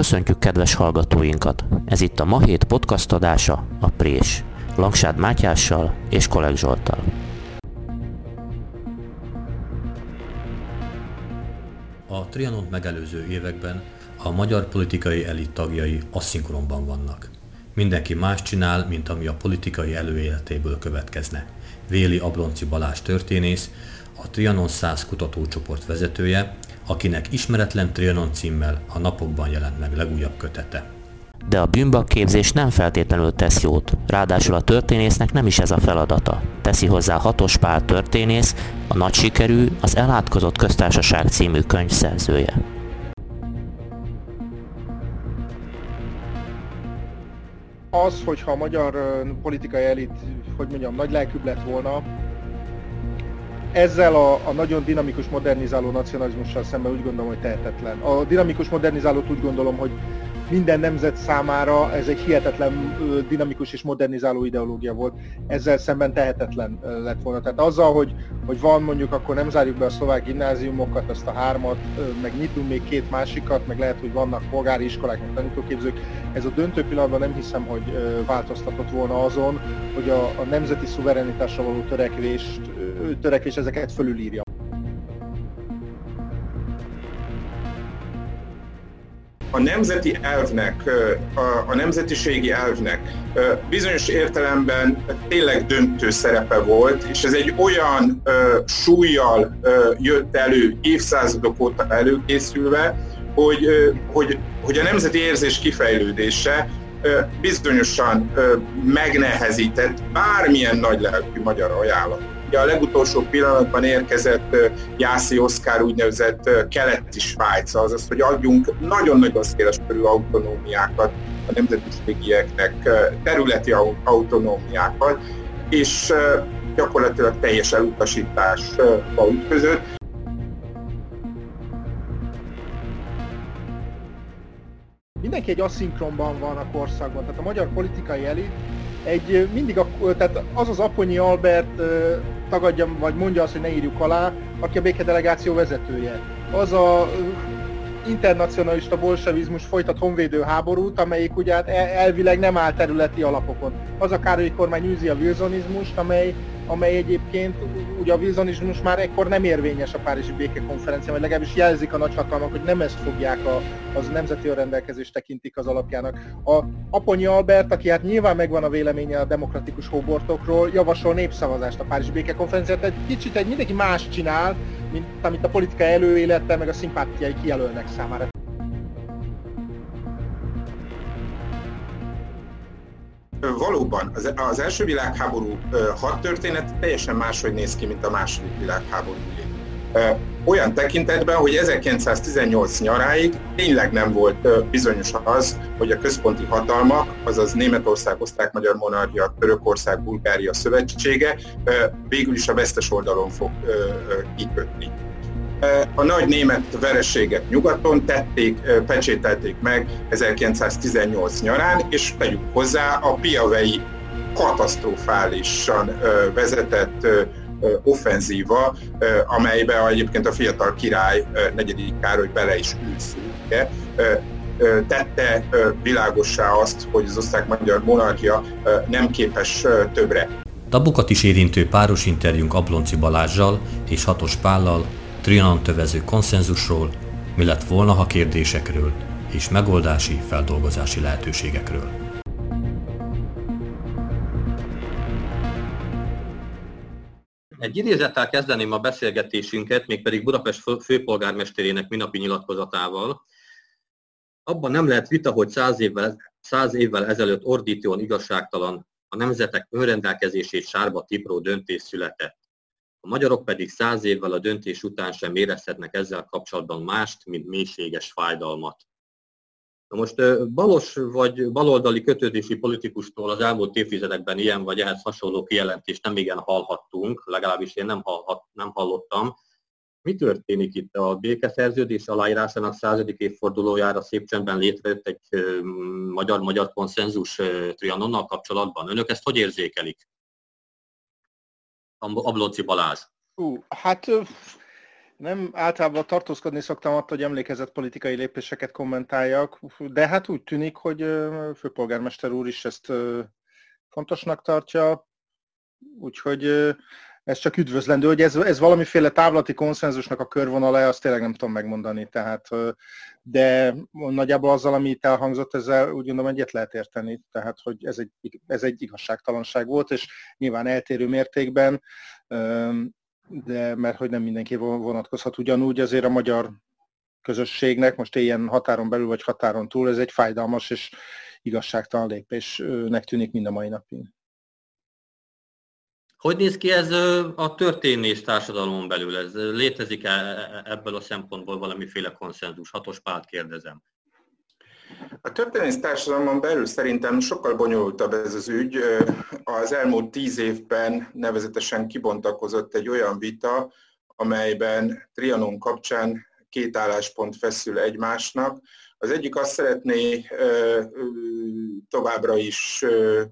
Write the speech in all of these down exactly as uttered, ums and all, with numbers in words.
Köszöntjük kedves hallgatóinkat! Ez itt a Ma Hét podcast adása, a Prés, Langsád Mátyással és Kolek Zsolttal. A Trianont megelőző években a magyar politikai elit tagjai asszinkronban vannak. Mindenki más csinál, mint ami a politikai előéletéből következne. Véli Ablonczy Balázs történész, a Trianon száz kutatócsoport vezetője, akinek Ismeretlen Trianon címmel a napokban jelent meg legújabb kötete. De a bűnbakképzés nem feltétlenül tesz jót, ráadásul a történésznek nem is ez a feladata. Teszi hozzá Hatos Pál történész, a nagy sikerű, az Elátkozott Köztársaság című könyv szerzője. Az, hogyha a magyar politikai elit, hogy mondjam, nagy lelkűbb lett volna, ezzel a, a nagyon dinamikus, modernizáló nacionalizmussal szemben úgy gondolom, hogy tehetetlen. A dinamikus modernizálót úgy gondolom, hogy minden nemzet számára ez egy hihetetlen dinamikus és modernizáló ideológia volt. Ezzel szemben tehetetlen lett volna. Tehát azzal, hogy, hogy van mondjuk, akkor nem zárjuk be a szlovák gimnáziumokat, azt a hármat, meg nyitunk még két másikat, meg lehet, hogy vannak polgári iskolák, meg tanítóképzők. Ez a döntő pillanatban nem hiszem, hogy változtatott volna azon, hogy a, a nemzeti szuverenitásra való törekvést, törekvés ezeket fölülírja. A nemzeti elvnek, a, a nemzetiségi elvnek bizonyos értelemben tényleg döntő szerepe volt, és ez egy olyan uh, súllyal uh, jött elő évszázadok óta előkészülve, hogy, uh, hogy, hogy a nemzeti érzés kifejlődése uh, bizonyosan uh, megnehezített bármilyen nagylelkű magyar ajánlat. A legutolsó pillanatban érkezett Jászai Oszkár úgynevezett keleti Svájc, azaz, hogy adjunk nagyon-nagyon széles körű autonómiákat a nemzetiségieknek, területi autonómiákat, és gyakorlatilag teljes elutasításba ütközött. Mindenki egy asszinkronban van a korszakban, tehát a magyar politikai elit egy mindig, a, tehát az az Aponyi Albert tagadja, vagy mondja azt, hogy ne írjuk alá, aki a békedelegáció vezetője. Az a internacionalista bolsevizmus folytat honvédő háborút, amelyik ugye hát elvileg nem áll területi alapokon. Az a Károlyi kormány űzi a wilsonizmust, amely, amely egyébként ugye a wilsonizmus már ekkor nem érvényes a Párizsi Békekonferencián, vagy legalábbis jelzik a nagyhatalmak, hogy nem ezt fogják, a, az nemzeti önrendelkezést tekintik az alapjának. A Aponyi Albert, aki hát nyilván megvan a véleménye a demokratikus hóbortokról, javasol népszavazást a Párizsi Békekonferencián, tehát egy kicsit egy mindenki más csinál, mint amit a politikai előélettel meg a szimpátiái kijelölnek számára. Valóban, az, az első világháború hadtörténet teljesen máshogy néz ki, mint a második világháború. Olyan tekintetben, hogy ezerkilencszáztizennyolc nyaráig tényleg nem volt bizonyos az, hogy a központi hatalmak, azaz Németország, Osztrák-Magyar Monarchia, Törökország, Bulgária szövetsége végül is a vesztes oldalon fog kikötni. A nagy német vereséget nyugaton tették, pecsételték meg ezerkilencszáztizennyolc nyarán, és tegyük hozzá a piavei katasztrofálisan vezetett offenzíva, amelybe egyébként a fiatal király, negyedik Károly bele is ülszült, tette világossá azt, hogy az Osztrák-Magyar Monarchia nem képes többre. Tabukat is érintő páros interjúnk Ablonczy Balázssal és Hatos Pállal, Trianont övező konszenzusról, mi lett volna, ha kérdésekről és megoldási, feldolgozási lehetőségekről. Egy idézettel kezdeném a beszélgetésünket, mégpedig Budapest főpolgármesterének minapi nyilatkozatával. Abban nem lehet vita, hogy száz évvel, száz évvel ezelőtt ordítóan igazságtalan, a nemzetek önrendelkezését sárba tipró döntés született. A magyarok pedig száz évvel a döntés után sem érezhetnek ezzel kapcsolatban mást, mint mélységes fájdalmat. Na most balos vagy baloldali kötődési politikustól az elmúlt évtizedekben ilyen vagy ehhez hasonló kijelentést nem igen hallhattunk, legalábbis én nem, hallhat, nem hallottam. Mi történik itt? A békeszerződés aláírásának századik évfordulójára szép csendben létrejött egy magyar-magyar konszenzus Trianonnal kapcsolatban. Önök ezt hogy érzékelik? Ablonczy Balázs. Uh, hát Nem, általában tartózkodni szoktam attól, hogy emlékezett politikai lépéseket kommentáljak, de hát úgy tűnik, hogy főpolgármester úr is ezt fontosnak tartja, úgyhogy ez csak üdvözlendő, hogy ez, ez valamiféle távlati konszenzusnak a körvonala, azt tényleg nem tudom megmondani, tehát, de nagyjából azzal, ami itt elhangzott, ezzel úgy gondolom egyet lehet érteni, tehát hogy ez egy, ez egy igazságtalanság volt, és nyilván eltérő mértékben, de mert hogy nem mindenki vonatkozhat ugyanúgy, azért a magyar közösségnek, most ilyen határon belül vagy határon túl, ez egy fájdalmas és igazságtalan lépésnek tűnik mind a mai napig. Hogy néz ki ez a történész társadalomon belül? Ez létezik-e ebből a szempontból valamiféle konszenzus? Hatos Pált kérdezem. A történész társadalomon belül szerintem sokkal bonyolultabb ez az ügy. Az elmúlt tíz évben nevezetesen kibontakozott egy olyan vita, amelyben Trianon kapcsán két álláspont feszül egymásnak. Az egyik azt szeretné továbbra is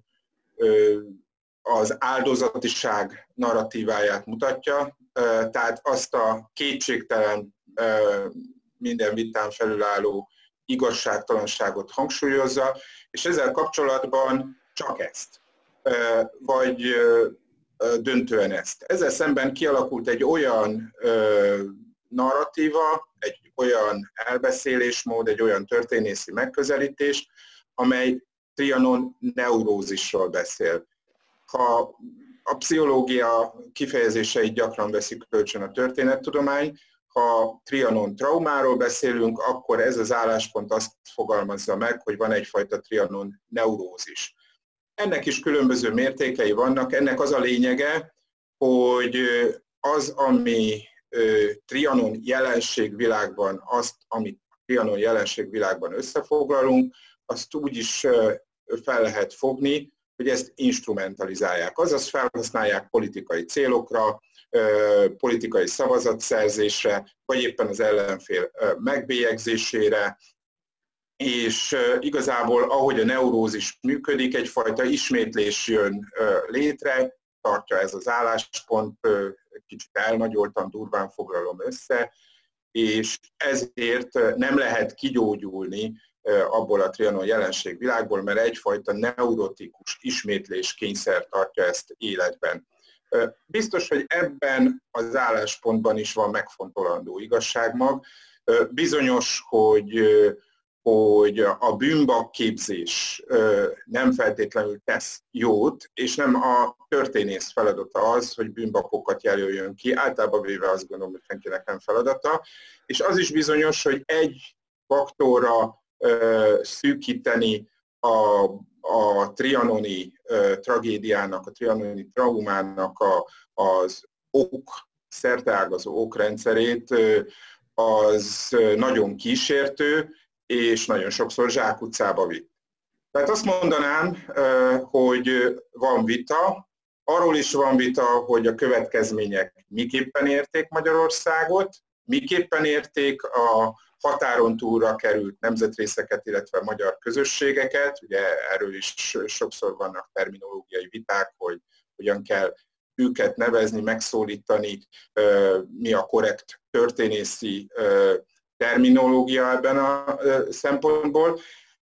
az áldozatiság narratíváját mutatja, tehát azt a kétségtelen, minden vitán felülálló igazságtalanságot hangsúlyozza, és ezzel kapcsolatban csak ezt, vagy döntően ezt. Ezzel szemben kialakult egy olyan narratíva, egy olyan elbeszélésmód, egy olyan történészi megközelítés, amely Trianon neurózisról beszél. Ha a pszichológia kifejezéseit gyakran veszik kölcsön a történettudomány, ha Trianon traumáról beszélünk, akkor ez az álláspont azt fogalmazza meg, hogy van egyfajta Trianon neurózis. Ennek is különböző mértékei vannak, ennek az a lényege, hogy az, ami Trianon jelenségvilágban, azt, amit Trianon jelenségvilágban összefoglalunk, azt úgy is fel lehet fogni, hogy ezt instrumentalizálják, azaz felhasználják politikai célokra, politikai szavazatszerzésre, vagy éppen az ellenfél megbélyegzésére, és igazából ahogy a neurózis működik, egyfajta ismétlés jön létre, tartja ez az álláspont, kicsit elnagyoltan, durván foglalom össze, és ezért nem lehet kigyógyulni abból a Trianon jelenségvilágból, mert egyfajta neurotikus ismétlés kényszer tartja ezt életben. Biztos, hogy ebben az álláspontban is van megfontolandó igazságmag. Bizonyos, hogy, hogy a bűnbakképzés nem feltétlenül tesz jót, és nem a történész feladata az, hogy bűnbakkokat jelöljön ki. Általában véve azt gondolom, hogy senkinek nem feladata. És az is bizonyos, hogy egy faktorra szűkíteni a, a trianoni uh, tragédiának, a trianoni traumának a, az ok, szerteágazó okrendszerét, uh, az nagyon kísértő, és nagyon sokszor zsákutcába vitt. Tehát azt mondanám, uh, hogy van vita, arról is van vita, hogy a következmények miképpen érték Magyarországot, miképpen érték a határon túlra került nemzetrészeket, illetve magyar közösségeket. Ugye erről is sokszor vannak terminológiai viták, hogy hogyan kell őket nevezni, megszólítani, mi a korrekt történészi terminológia ebben a szempontból.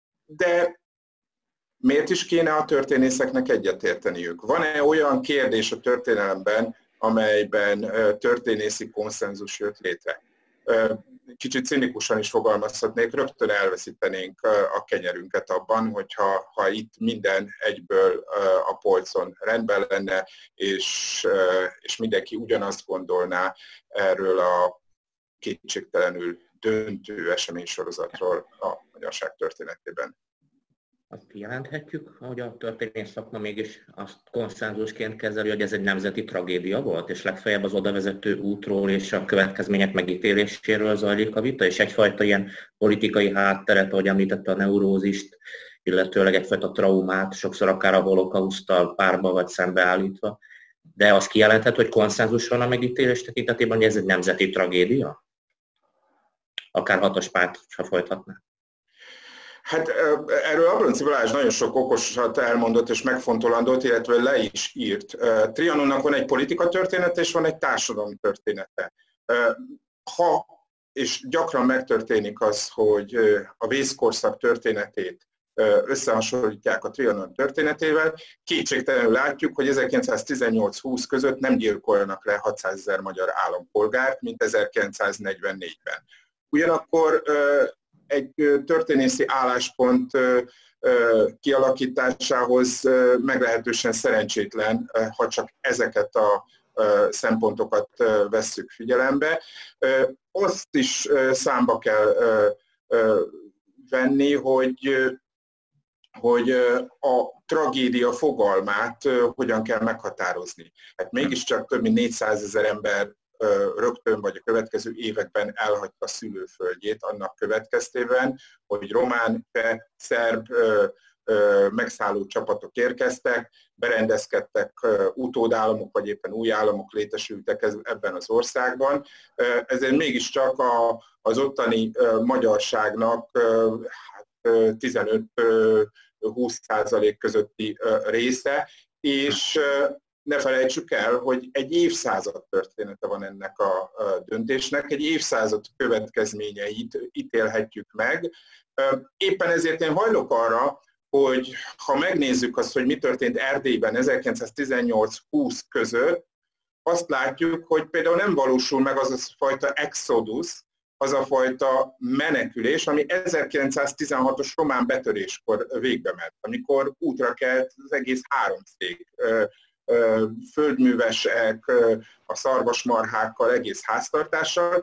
De miért is kéne a történészeknek egyetérteniük? Van-e olyan kérdés a történelemben, amelyben történészi konszenzus jött létre? Kicsit cinikusan is fogalmazhatnék, rögtön elveszítenénk a kenyerünket abban, hogyha ha itt minden egyből a polcon rendben lenne, és, és mindenki ugyanazt gondolná erről a kétségtelenül döntő eseménysorozatról a magyarság történetében. Azt kijelenthetjük, hogy a történész szakma mégis azt konszenzusként kezeli, hogy ez egy nemzeti tragédia volt, és legfeljebb az odavezető útról és a következmények megítéléséről zajlik a vita, és egyfajta ilyen politikai hátteret, ahogy említette a neurózist, illetőleg egyfajta traumát, sokszor akár a holokauszttal párba vagy szembeállítva. De azt kijelenthet, hogy konszenzus van a megítélés tekintetében, hogy ez egy nemzeti tragédia? Akár Hatos Pált, ha folytatná. Hát erről Abronczy Balázs nagyon sok okosat elmondott és megfontolandót, illetve le is írt. Trianonnak van egy politika története és van egy társadalom története. ha, és gyakran megtörténik az, hogy a vészkorszak történetét összehasonlítják a Trianon történetével, kétségtelenül látjuk, hogy ezerkilencszáztizennyolc-húsz között nem gyilkolnak le hatszázezer magyar állampolgárt, mint ezerkilencszáznegyvennégyben. Ugyanakkor egy történészi álláspont kialakításához meglehetősen szerencsétlen, ha csak ezeket a szempontokat vesszük figyelembe. Azt is számba kell venni, hogy, hogy a tragédia fogalmát hogyan kell meghatározni. Hát mégiscsak több mint négyszázezer ember rögtön vagy a következő években elhagyta a szülőföldjét annak következtében, hogy román, cseh, szerb megszálló csapatok érkeztek, berendezkedtek utódállamok, vagy éppen új államok létesültek ebben az országban. Ezért mégiscsak a, az ottani magyarságnak hát tizenöt-húsz százalék közötti része, és ne felejtsük el, hogy egy évszázad története van ennek a döntésnek, egy évszázad következményeit ítélhetjük meg. Éppen ezért én hajlok arra, hogy ha megnézzük azt, hogy mi történt Erdélyben ezerkilencszáztizennyolc-húsz között, azt látjuk, hogy például nem valósul meg az a fajta exodus, az a fajta menekülés, ami ezerkilencszáztizenhatos román betöréskor végbe ment, amikor útra kelt az egész háromszék, földművesek, a szarvasmarhákkal, egész háztartással.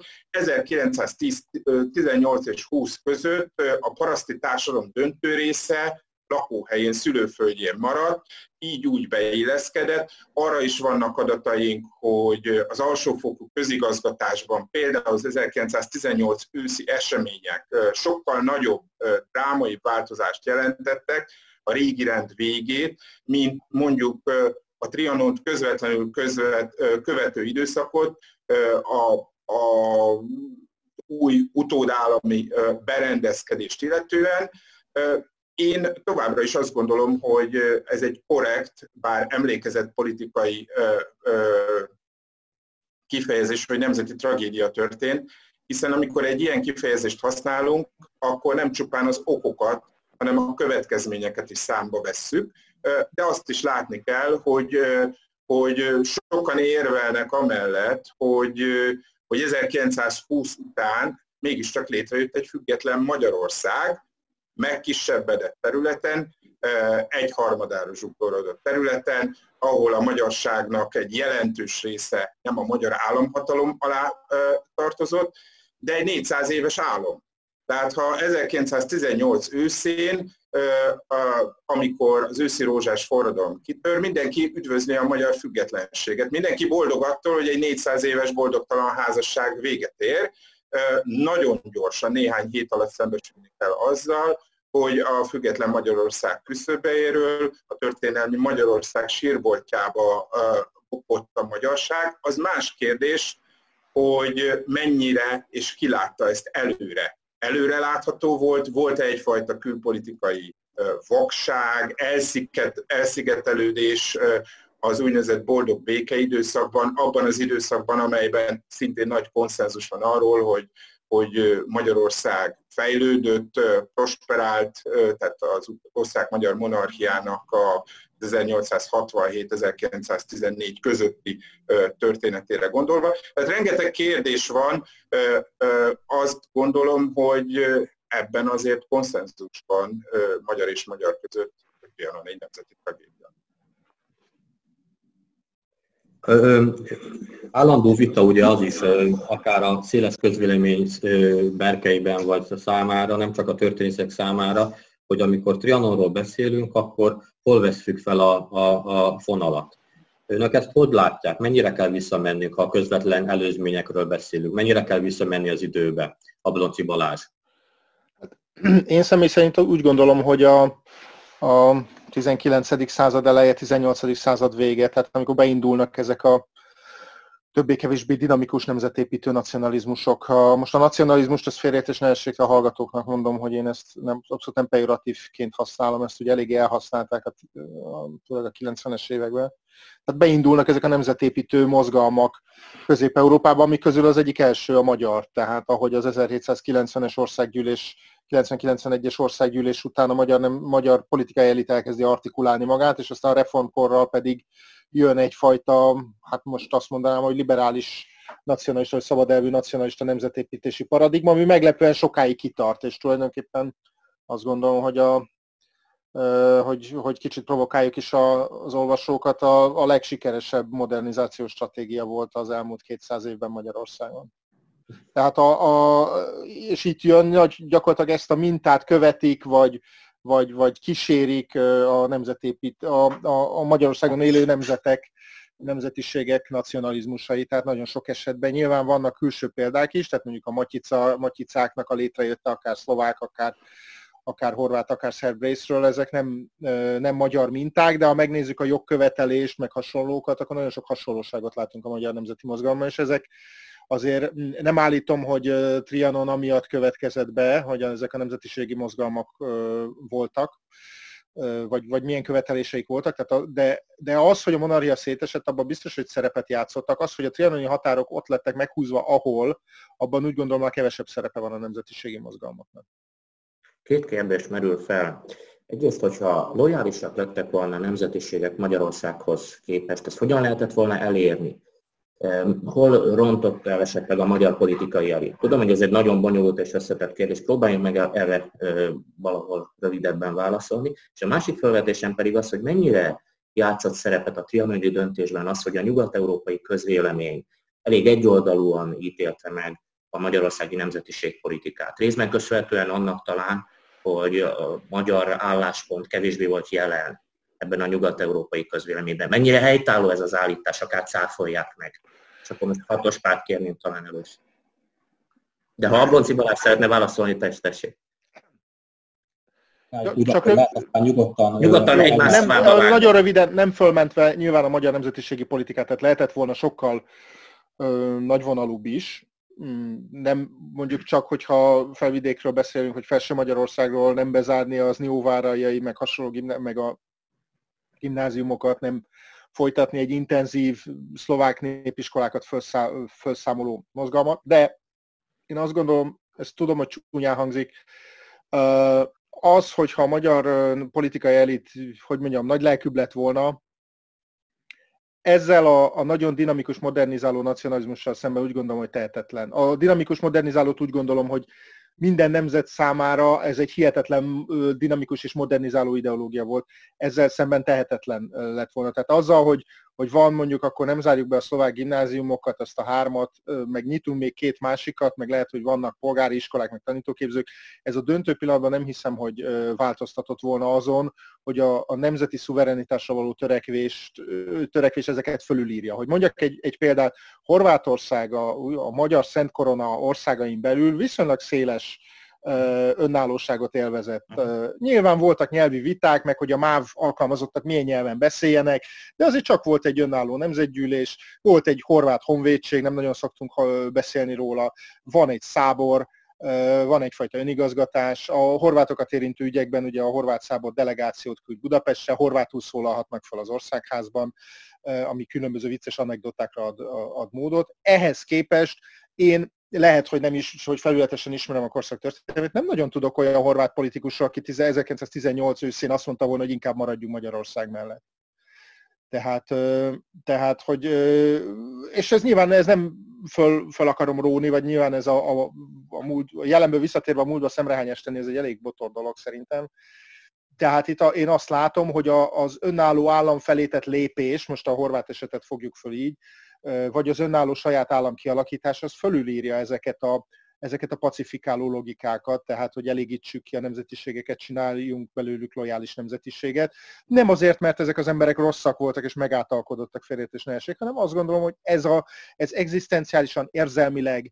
ezerkilencszáztizennyolc és húsz között a paraszti társadalom döntő része lakóhelyén, szülőföldjén maradt, így úgy beilleszkedett. Arra is vannak adataink, hogy az alsófokú közigazgatásban például az ezerkilencszáztizennyolc őszi események sokkal nagyobb drámai változást jelentettek, a régi rend végét, mint mondjuk a Trianont közvetlenül közvet, követő időszakot, a, a új utódállami berendezkedést illetően. Én továbbra is azt gondolom, hogy ez egy korrekt, bár emlékezett politikai kifejezés, hogy nemzeti tragédia történt, hiszen amikor egy ilyen kifejezést használunk, akkor nem csupán az okokat, hanem a következményeket is számba vesszük, de azt is látni kell, hogy, hogy sokan érvelnek amellett, hogy, hogy ezerkilencszázhúsz után mégiscsak létrejött egy független Magyarország, megkisebbedett területen, egyharmadára zsugorodott területen, ahol a magyarságnak egy jelentős része nem a magyar államhatalom alá tartozott, de egy négyszáz éves állam. Tehát ha ezerkilencszáztizennyolc őszén, amikor az őszi rózsás forradalom kitör, mindenki üdvözli a magyar függetlenséget. Mindenki boldog attól, hogy egy négyszáz éves boldogtalan házasság véget ér. Nagyon gyorsan, néhány hét alatt szembesülni kell azzal, hogy a független Magyarország küszöbeiről, a történelmi Magyarország sírboltjába bukott a magyarság. Az más kérdés, hogy mennyire és ki látta ezt előre. Előre látható volt, volt egyfajta külpolitikai vakság, elsziget, elszigetelődés az úgynevezett boldog békeidőszakban, abban az időszakban, amelyben szintén nagy konszenzus van arról, hogy, hogy Magyarország fejlődött, prosperált, tehát az osztrák-magyar monarchiának a ezernyolcszázhatvanhét ezerkilencszáztizennégy közötti történetére gondolva. Tehát rengeteg kérdés van, azt gondolom, hogy ebben azért konszenzus van magyar és magyar között, hogy Trianon egy nemzeti tragédia. Ö, állandó vita ugye az is, akár a széles közvélemény berkeiben vagy számára, nem csak a történészek számára, hogy amikor Trianonról beszélünk, akkor hol vesszük fel a, a, a fonalat. Önök ezt hogy látják? Mennyire kell visszamennünk, ha a közvetlen előzményekről beszélünk? Mennyire kell visszamenni az időbe? Ablonci Balázs. Én személy szerint úgy gondolom, hogy a, a tizenkilencedik század eleje, tizennyolcadik század vége, tehát amikor beindulnak ezek a többé-kevésbé dinamikus nemzetépítő nacionalizmusok. Most a nacionalizmust, ezt félreértés ne essék a hallgatóknak, mondom, hogy én ezt nem, abszolút nem pejoratívként használom, ezt ugye eléggé elhasználták a, a, a kilencvenes években. Tehát beindulnak ezek a nemzetépítő mozgalmak Közép-Európában, amik közül az egyik első a magyar, tehát ahogy az ezerhétszázkilencvenes országgyűlés, kilencven-kilencvenegyes országgyűlés után a magyar, nem, magyar politikai elit elkezdi artikulálni magát, és aztán a reformkorral pedig jön egyfajta, hát most azt mondanám, hogy liberális nacionalista, vagy szabadelvű nacionalista nemzetépítési paradigma, ami meglepően sokáig kitart, és tulajdonképpen azt gondolom, hogy, a, hogy, hogy kicsit provokáljuk is az olvasókat, a, a legsikeresebb modernizációs stratégia volt az elmúlt kétszáz évben Magyarországon. Tehát a, a, és itt jön, gyakorlatilag ezt a mintát követik, vagy, vagy, vagy kísérik a nemzetépít, a, a, a Magyarországon élő nemzetek, nemzetiségek nacionalizmusai, tehát nagyon sok esetben nyilván vannak külső példák is, tehát mondjuk a Matyica, Matyicáknak a létrejötte, akár szlovák, akár, akár horvát, akár szerb részről, ezek nem, nem magyar minták, de ha megnézzük a jogkövetelést, meg hasonlókat, akkor nagyon sok hasonlóságot látunk a magyar nemzeti mozgalomban, és ezek azért nem állítom, hogy Trianon amiatt következett be, hogy ezek a nemzetiségi mozgalmak voltak, vagy, vagy milyen követeléseik voltak, tehát a, de, de az, hogy a monarchia szétesett, abban biztos, hogy szerepet játszottak. Az, hogy a trianoni határok ott lettek meghúzva, ahol, abban úgy gondolom, hogy kevesebb szerepe van a nemzetiségi mozgalmaknak. Két kérdés merül fel. Egyrészt, hogyha lojálisak lettek volna a nemzetiségek Magyarországhoz képest, ezt hogyan lehetett volna elérni? Hol rontott el esetleg a magyar politikai elit? Tudom, hogy ez egy nagyon bonyolult és összetett kérdés, próbáljunk meg erre valahol rövidebben válaszolni. És a másik felvetésem pedig az, hogy mennyire játszott szerepet a trianoni döntésben az, hogy a nyugat-európai közvélemény elég egyoldalúan ítélte meg a magyarországi nemzetiségpolitikát. Részben köszönhetően annak talán, hogy a magyar álláspont kevésbé volt jelen ebben a nyugat-európai közvéleményben. Mennyire helytálló ez az állítás, akár cáfolják meg. És akkor most hatos párt kérném talán először. De ha Ablonczy Balázs szeretne válaszolni, te is tessék. Csak nem, nyugodtan, nyugodtan egymás nem, nagyon röviden, nem fölmentve nyilván a magyar nemzetiségi politikát, tehát lehetett volna sokkal ö, nagyvonalúbb is. Nem mondjuk csak, hogyha felvidékről beszélünk, hogy Felső Magyarországról nem bezárni az Nióvárajai, meg hasonló gimná- meg a gimnáziumokat, nem folytatni egy intenzív szlovák népiskolákat felszá, felszámoló mozgalmat, de én azt gondolom, ezt tudom, hogy csúnyán hangzik, az, hogyha a magyar politikai elit, hogy mondjam, nagy lelkűbb lett volna, ezzel a, a nagyon dinamikus, modernizáló nacionalizmussal szemben úgy gondolom, hogy tehetetlen. A dinamikus modernizálót úgy gondolom, hogy minden nemzet számára ez egy hihetetlen dinamikus és modernizáló ideológia volt. Ezzel szemben tehetetlen lett volna. Tehát azzal, hogy, hogy van mondjuk, akkor nem zárjuk be a szlovák gimnáziumokat, azt a hármat, meg nyitunk még két másikat, meg lehet, hogy vannak polgári iskolák, meg tanítóképzők. Ez a döntő pillanatban nem hiszem, hogy változtatott volna azon, hogy a, a nemzeti szuverenitásra való törekvést, törekvés ezeket fölülírja. Hogy mondjak egy, egy példát, Horvátország a, a magyar Szent Korona országain belül viszonylag széles önállóságot élvezett. Nyilván voltak nyelvi viták, meg hogy a MÁV alkalmazottak milyen nyelven beszéljenek, de azért csak volt egy önálló nemzetgyűlés, volt egy horvát honvédség, nem nagyon szoktunk beszélni róla, van egy szábor, van egyfajta önigazgatás. A horvátokat érintő ügyekben ugye a horvát szábor delegációt küld Budapestre, horvátul szólalhatnak fel az országházban, ami különböző vicces anekdotákra ad, ad módot. Ehhez képest én lehet, hogy nem is, hogy felületesen ismerem a korszak történetét, nem nagyon tudok olyan horvát politikusról, aki ezerkilencszáztizennyolc őszén azt mondta volna, hogy inkább maradjunk Magyarország mellett. Tehát, tehát hogy, és ez nyilván ez nem föl, föl akarom róni, vagy nyilván ez a, a, a, múlt, a jelenből visszatérve a múltba szemrehányást tenni, ez egy elég botor dolog szerintem. Tehát itt a, én azt látom, hogy a, az önálló állam felé tett lépés, most a horvát esetet fogjuk föl így, vagy az önálló saját állam kialakítás, az fölülírja ezeket a, ezeket a pacifikáló logikákat, tehát hogy elégítsük ki a nemzetiségeket, csináljunk belőlük lojális nemzetiséget. Nem azért, mert ezek az emberek rosszak voltak és megáltalkodottak, félreértés ne essék, hanem azt gondolom, hogy ez, a, ez egzisztenciálisan, érzelmileg,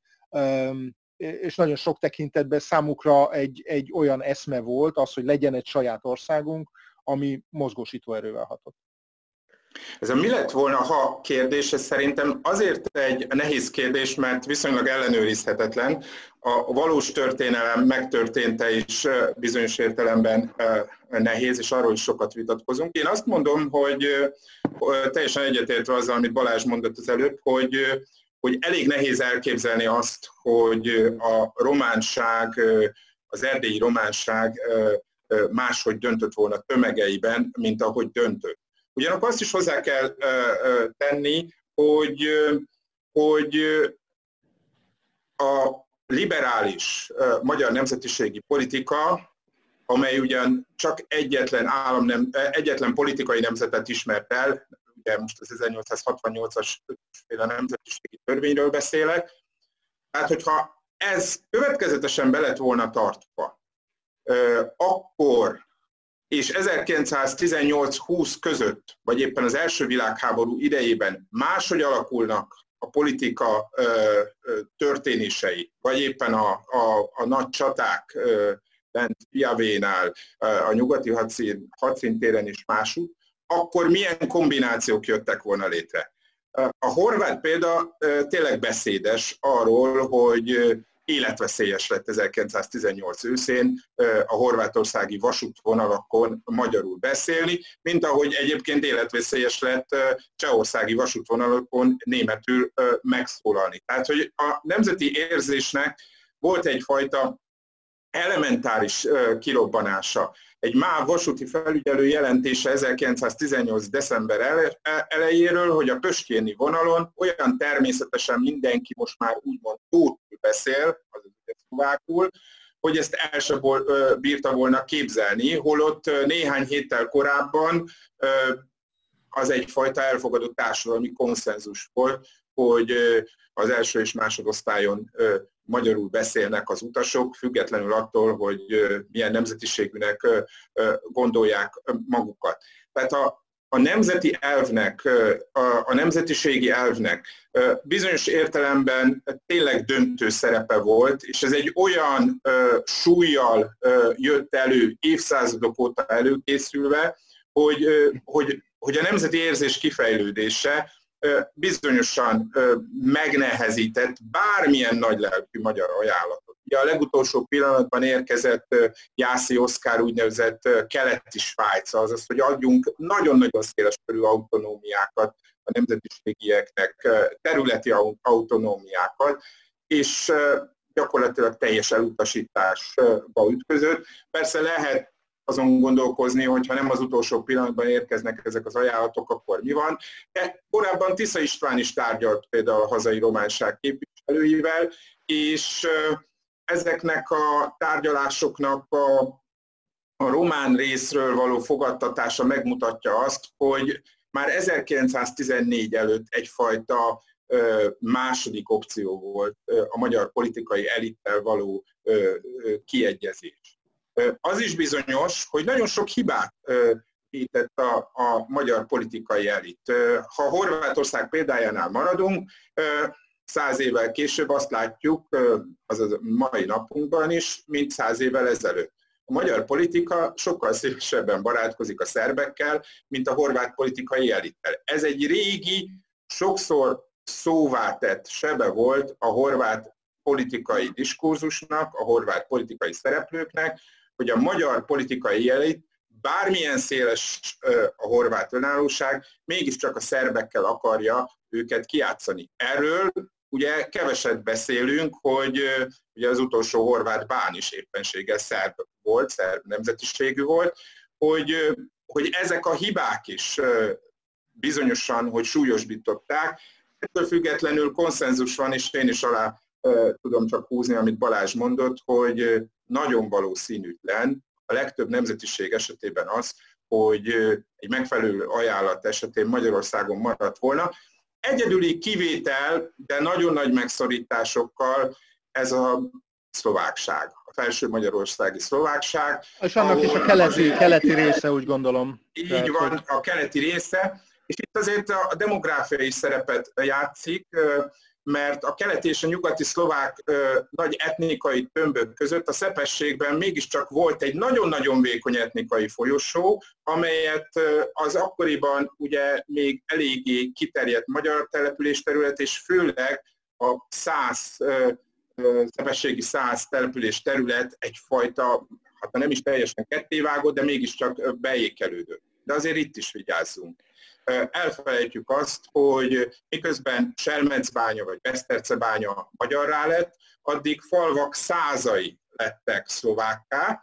és nagyon sok tekintetben számukra egy, egy olyan eszme volt, az, hogy legyen egy saját országunk, ami mozgósító erővel hatott. Ez a mi lett volna, ha kérdés, ez szerintem azért egy nehéz kérdés, mert viszonylag ellenőrizhetetlen. A valós történelem megtörténte is bizonyos értelemben nehéz, és arról is sokat vitatkozunk. Én azt mondom, hogy teljesen egyetértve azzal, amit Balázs mondott az előbb, hogy, hogy elég nehéz elképzelni azt, hogy a románság, az erdélyi románság máshogy döntött volna tömegeiben, mint ahogy döntött. Ugyanakkor azt is hozzá kell tenni, hogy, hogy a liberális magyar nemzetiségi politika, amely ugyan csak egyetlen állam, nem, egyetlen politikai nemzetet ismert el, ugye most az ezernyolcszázhatvannyolcas féle nemzetiségi törvényről beszélek, tehát hogyha ez következetesen be lett volna tartva, akkor és ezerkilencszáztizennyolc húsz között, vagy éppen az első világháború idejében máshogy alakulnak a politika ö, ö, történései, vagy éppen a, a, a nagy csaták ö, bent Piavénál, a nyugati hadszín, hadszíntéren is máshogy, akkor milyen kombinációk jöttek volna létre. A horvát példa ö, tényleg beszédes arról, hogy életveszélyes lett ezerkilencszáztizennyolc őszén a horvátországi vasútvonalakon magyarul beszélni, mint ahogy egyébként életveszélyes lett csehországi vasútvonalakon németül megszólalni. Tehát, hogy a nemzeti érzésnek volt egyfajta elementáris kirobbanása. Egy MÁV vasúti felügyelő jelentése ezerkilencszáztizennyolc december elejéről, hogy a pöstjéni vonalon olyan természetesen mindenki most már úgymond tótul beszél, azaz szlovákul, hogy ezt el sem bírta volna képzelni, holott néhány héttel korábban az egyfajta elfogadott társadalmi konszenzus volt, hogy az első és másodosztályon magyarul beszélnek az utasok, függetlenül attól, hogy milyen nemzetiségűnek gondolják magukat. Tehát a, a nemzeti elvnek, a, a nemzetiségi elvnek bizonyos értelemben tényleg döntő szerepe volt, és ez egy olyan súllyal jött elő, évszázadok óta előkészülve, hogy, hogy, hogy a nemzeti érzés kifejlődése bizonyosan megnehezített bármilyen nagylelkű magyar ajánlatot. Ugye a legutolsó pillanatban érkezett Jászi Oszkár úgynevezett keleti Svájc, azaz, hogy adjunk nagyon-nagyon széleskörű autonómiákat a nemzetiségieknek, területi autonómiákat, és gyakorlatilag teljes elutasításba ütközött. Persze lehet azon gondolkozni, hogy ha nem az utolsó pillanatban érkeznek ezek az ajánlatok, akkor mi van. De korábban Tisza István is tárgyalt például a hazai románság képviselőivel, és ezeknek a tárgyalásoknak a, a román részről való fogadtatása megmutatja azt, hogy már ezerkilencszáztizennégy előtt egyfajta második opció volt a magyar politikai elittel való kiegyezés. Az is bizonyos, hogy nagyon sok hibát vétett a, a magyar politikai elit. Ha Horvátország példájánál maradunk, száz évvel később azt látjuk, azaz a mai napunkban is, mint száz évvel ezelőtt. A magyar politika sokkal szívesebben barátkozik a szerbekkel, mint a horvát politikai elittel. Ez egy régi, sokszor szóvá tett sebe volt a horvát politikai diskurzusnak, a horvát politikai szereplőknek, hogy a magyar politikai elit, bármilyen széles a horvát önállóság, mégiscsak a szerbekkel akarja őket kijátszani. Erről ugye keveset beszélünk, hogy ugye az utolsó horvát bán is éppenséggel szerb volt, szerb nemzetiségű volt, hogy, hogy ezek a hibák is bizonyosan, hogy súlyosbították. Ettől függetlenül konszenzus van, és én is alá tudom csak húzni, amit Balázs mondott, hogy nagyon valószínűtlen a legtöbb nemzetiség esetében az, hogy egy megfelelő ajánlat esetén Magyarországon maradt volna. Egyedüli kivétel, de nagyon nagy megszorításokkal ez a szlovákság, a felső magyarországi szlovákság. És annak is a keleti, keleti része, úgy gondolom. Így Tehát, van, hogy... a keleti része, és itt azért a demográfiai szerepet játszik. mert a keleti és a nyugati szlovák ö, nagy etnikai tömbök között a szepességben mégiscsak volt egy nagyon-nagyon vékony etnikai folyosó, amelyet ö, az akkoriban ugye még eléggé kiterjedt magyar településterület, és főleg a szász, ö, ö, szepességi szász település terület egyfajta, hát nem is teljesen kettévágott, de mégiscsak beékelődött. De azért itt is vigyázzunk. Elfelejtjük azt, hogy miközben Selmecbánya vagy Besztercebánya magyarrá lett, addig falvak százai lettek szlovákká,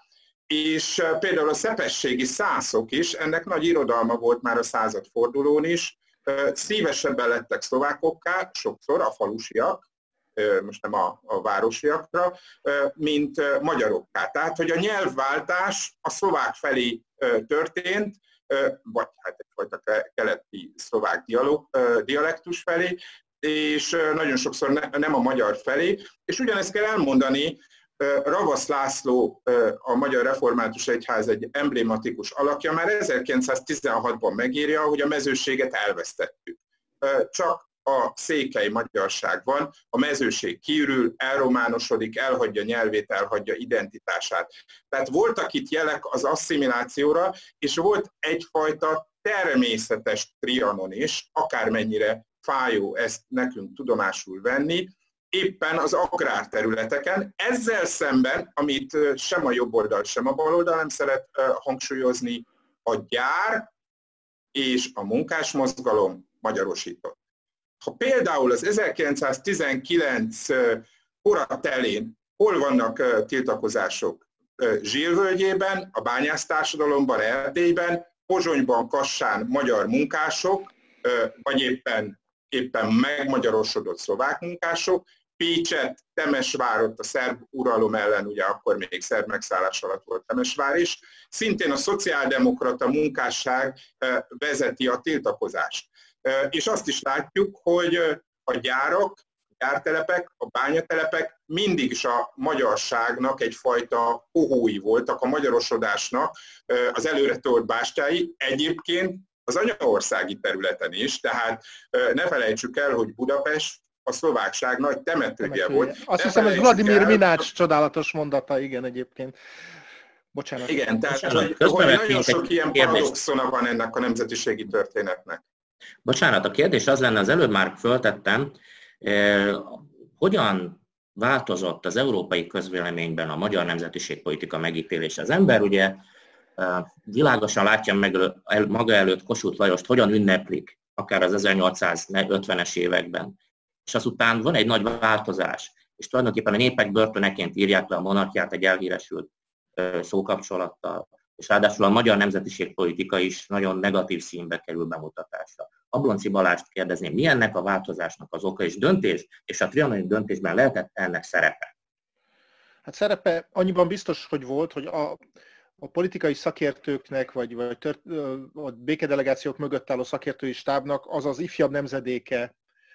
és például a szepességi szászok is, ennek nagy irodalma volt már a századfordulón is, szívesebben lettek szlovákokká, sokszor a falusiak, most nem a, a városiakra, mint magyarokká. Tehát, hogy a nyelvváltás a szlovák felé történt, vagy hát egyfajta keleti szlovák dialektus felé, és nagyon sokszor nem a magyar felé. És ugyanezt kell elmondani, Ravasz László, a Magyar Református Egyház egy emblématikus alakja, már ezerkilencszáztizenhatban megírja, hogy a mezőséget elvesztettük. Csak a székely magyarság van, a mezőség kiürül, elrománosodik, elhagyja nyelvét, elhagyja identitását. Tehát voltak itt jelek az asszimilációra, és volt egyfajta természetes Trianon is, akármennyire fájó ezt nekünk tudomásul venni, éppen az agrárterületeken. Ezzel szemben, amit sem a jobb oldal, sem a bal oldal nem szeret hangsúlyozni, a gyár és a munkásmozgalom magyarosított. Ha például az ezerkilencszáztizenkilenc kora telén hol vannak tiltakozások? Zsír-völgyében, a bányásztársadalomban, Erdélyben, Pozsonyban, Kassán magyar munkások, vagy éppen, éppen megmagyarosodott szlovák munkások, Pécset, Temesvár, a szerb uralom ellen, ugye akkor még szerb megszállás alatt volt Temesvár is, szintén a szociáldemokrata munkásság vezeti a tiltakozást. És azt is látjuk, hogy a gyárak, a gyártelepek, a bányatelepek mindig is a magyarságnak egyfajta kohói voltak, a magyarosodásnak az előretolt bástyái, egyébként az anyaországi területen is, tehát ne felejtsük el, hogy Budapest a szlovákság nagy temetője volt. Azt hiszem, ez Vladimir Minács csodálatos mondata, igen, egyébként. Bocsánat. Igen, tehát hogy, hogy nagyon sok ilyen paradoxona van ennek a nemzetiségi történetnek. Bocsánat, a kérdés az lenne, az előbb már föltettem, eh, hogyan változott az európai közvéleményben a magyar nemzetiségpolitika megítélése? Az ember ugye eh, világosan látja meg el, maga előtt Kossuth Lajost, hogyan ünneplik, akár az ezernyolcszázötvenes években. És azután van egy nagy változás, és tulajdonképpen a népek börtöneként írják le a monarchiát egy elhíresült eh, szókapcsolattal. És ráadásul a magyar nemzetiségpolitika is nagyon negatív színbe kerül bemutatásra. Ablonczy Balást kérdezném, mi ennek a változásnak az oka és döntés, és a trianoni döntésben lehetett ennek szerepe? Hát szerepe annyiban biztos, hogy volt, hogy a, a politikai szakértőknek, vagy, vagy tört, a békedelegációk mögött álló szakértői stábnak az az ifjabb nemzedéke,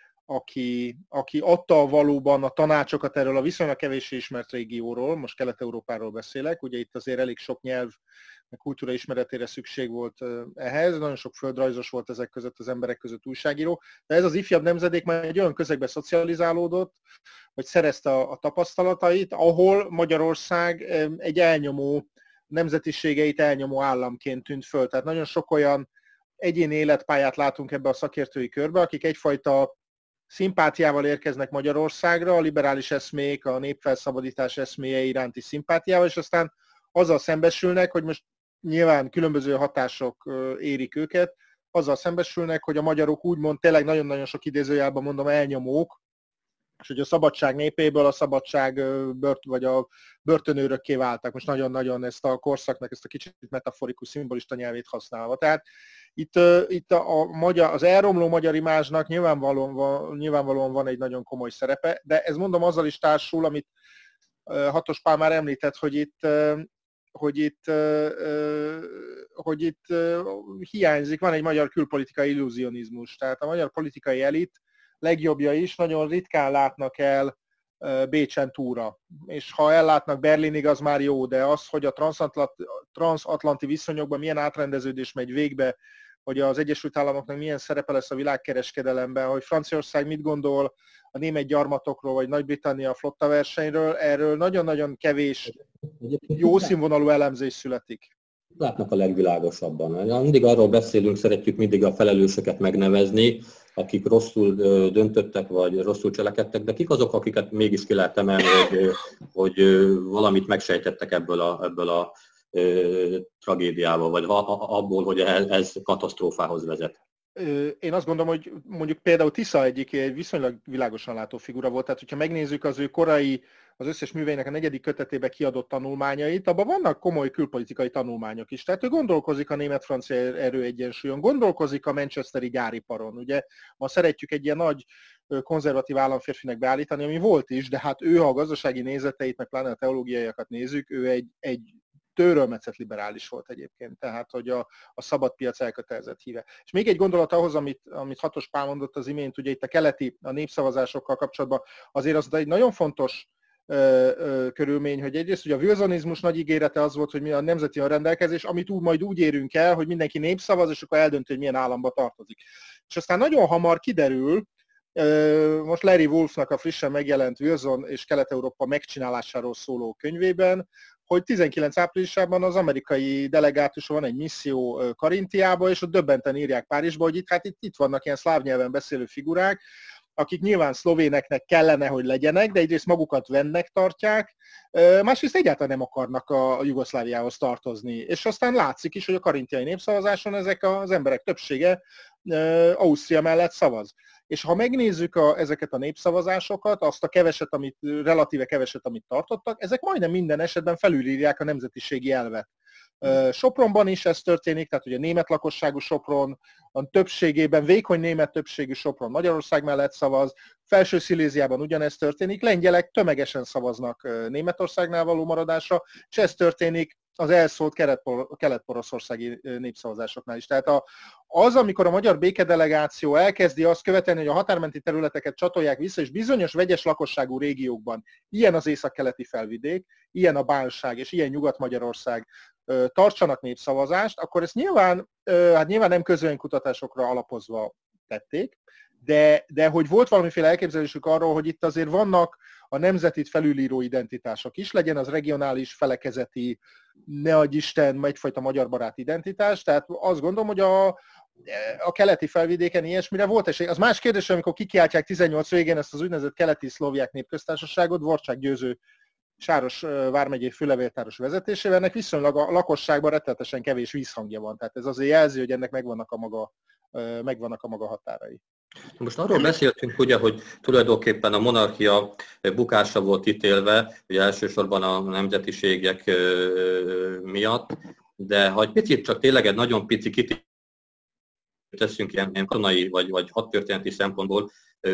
aki, aki adta valóban a tanácsokat erről a viszonylag kevéssé ismert régióról, most Kelet-Európáról beszélek, ugye itt azért elég sok nyelv, meg kultúra ismeretére szükség volt ehhez, nagyon sok földrajzos volt ezek között, az emberek között újságíró, de ez az ifjabb nemzedék már egy olyan közegbe szocializálódott, hogy szerezte a, a tapasztalatait, ahol Magyarország egy elnyomó, nemzetiségeit elnyomó államként tűnt föl. Tehát nagyon sok olyan egyéni életpályát látunk ebbe a szakértői körbe, akik egyfajta szimpátiával érkeznek Magyarországra, a liberális eszmék, a népfelszabadítás eszméje iránti szimpátiával, és aztán azzal szembesülnek, hogy most nyilván különböző hatások érik őket, azzal szembesülnek, hogy a magyarok úgymond tényleg nagyon-nagyon sok idézőjelben mondom elnyomók, és hogy a szabadság népéből a szabadság bört, vagy a börtönőrökké váltak. Most nagyon-nagyon ezt a korszaknak, ezt a kicsit metaforikus, szimbolista nyelvét használva. Tehát itt, itt a, a magyar, az elromló magyar imázsnak nyilvánvalóan van, nyilvánvalóan van egy nagyon komoly szerepe, de ez mondom azzal is társul, amit Hatos Pál már említett, hogy itt, hogy itt, hogy itt hiányzik, van egy magyar külpolitikai illúzionizmus. Tehát a magyar politikai elit legjobbja is nagyon ritkán látnak el Bécsen túra. És ha ellátnak Berlinig, az már jó, de az, hogy a transatlanti viszonyokban milyen átrendeződés megy végbe hogy az Egyesült Államoknak milyen szerepe lesz a világkereskedelemben, hogy Franciaország mit gondol a német gyarmatokról, vagy Nagy-Britannia flotta versenyről, erről nagyon-nagyon kevés jó színvonalú elemzés születik. Látnak a legvilágosabban. Mindig arról beszélünk, szeretjük mindig a felelősöket megnevezni, akik rosszul döntöttek, vagy rosszul cselekedtek, de kik azok, akiket mégis ki lehet emelni, hogy, hogy valamit megsejtettek ebből a, ebből a tragédiából, vagy abból, hogy ez katasztrófához vezet. Én azt gondolom, hogy mondjuk például Tisza egyik egy viszonylag világosan látó figura volt, tehát hogyha megnézzük az ő korai, az összes műveinek a negyedik kötetébe kiadott tanulmányait, abban vannak komoly külpolitikai tanulmányok is. Tehát ő gondolkozik a német-francia erőegyensúlyon, gondolkozik a manchesteri gyáriparon. Ugye ma szeretjük egy ilyen nagy konzervatív államférfinek beállítani, ami volt is, de hát ő, ha a gazdasági nézeteit, meg pláne a teológiaiakat nézzük, ő egy, egy tőrölmetszett liberális volt egyébként, tehát hogy a, a szabad piac elkötelezett híve. És még egy gondolat ahhoz, amit, amit Hatos Pál mondott az imént, ugye itt a keleti, a népszavazásokkal kapcsolatban, azért az egy nagyon fontos ö, ö, körülmény, hogy egyrészt hogy a wilsonizmus nagy ígérete az volt, hogy mi a nemzeti önrendelkezés, amit úgy majd úgy érünk el, hogy mindenki népszavaz, és akkor eldöntő, hogy milyen államba tartozik. És aztán nagyon hamar kiderül, most Larry Wolfnak a frissen megjelent Wilson és Kelet-Európa megcsinálásáról szóló könyvében, hogy tizenkilenc áprilisában az amerikai delegátuson van egy misszió Karintiába, és ott döbbenten írják Párizsba, hogy itt, hát itt, itt vannak ilyen szláv nyelven beszélő figurák, akik nyilván szlovéneknek kellene, hogy legyenek, de egyrészt magukat vendnek tartják, másrészt egyáltalán nem akarnak a Jugoszláviához tartozni. És aztán látszik is, hogy a karintiai népszavazáson ezek az emberek többsége Ausztria mellett szavaz. És ha megnézzük a, ezeket a népszavazásokat, azt a keveset, amit, relatíve keveset, amit tartottak, ezek majdnem minden esetben felülírják a nemzetiségi elvet. Sopronban is ez történik, tehát ugye német lakosságú Sopron, a többségében vékony német többségű Sopron Magyarország mellett szavaz, Felső Sziléziában ugyanez történik, lengyelek tömegesen szavaznak Németországnál való maradásra, és ez történik az elszólt kelet-poroszországi népszavazásoknál is. Tehát a, az, amikor a magyar békedelegáció elkezdi azt követelni, hogy a határmenti területeket csatolják vissza, és bizonyos vegyes lakosságú régiókban, ilyen az északkeleti felvidék, ilyen a Bánság és ilyen Nyugat-Magyarország tartsanak népszavazást, akkor ezt nyilván, hát nyilván nem közvéleménykutatásokra alapozva tették, de, de hogy volt valamiféle elképzelésük arról, hogy itt azért vannak a nemzetit felülíró identitások is, legyen az regionális, felekezeti, ne adj Isten, egyfajta magyar barát identitás, tehát azt gondolom, hogy a, a keleti felvidéken ilyesmire volt esély. Az más kérdés, amikor kikiáltják tizennyolc végén ezt az úgynevezett keleti szlovják népköztársaságot, Dvorcsák Győző Sáros vármegyei főlevéltáros vezetésével, ennek viszonylag a lakosságban rettenetesen kevés vízhangja van, tehát ez azért jelzi, hogy ennek megvannak a maga, megvannak a maga határai. Most arról beszéltünk ugye, hogy tulajdonképpen a monarchia bukása volt ítélve, ugye elsősorban a nemzetiségek miatt, de ha egy picit csak tényleg egy nagyon pici kitérőt teszünk ilyen, ilyen katonai vagy, vagy hadtörténeti szempontból,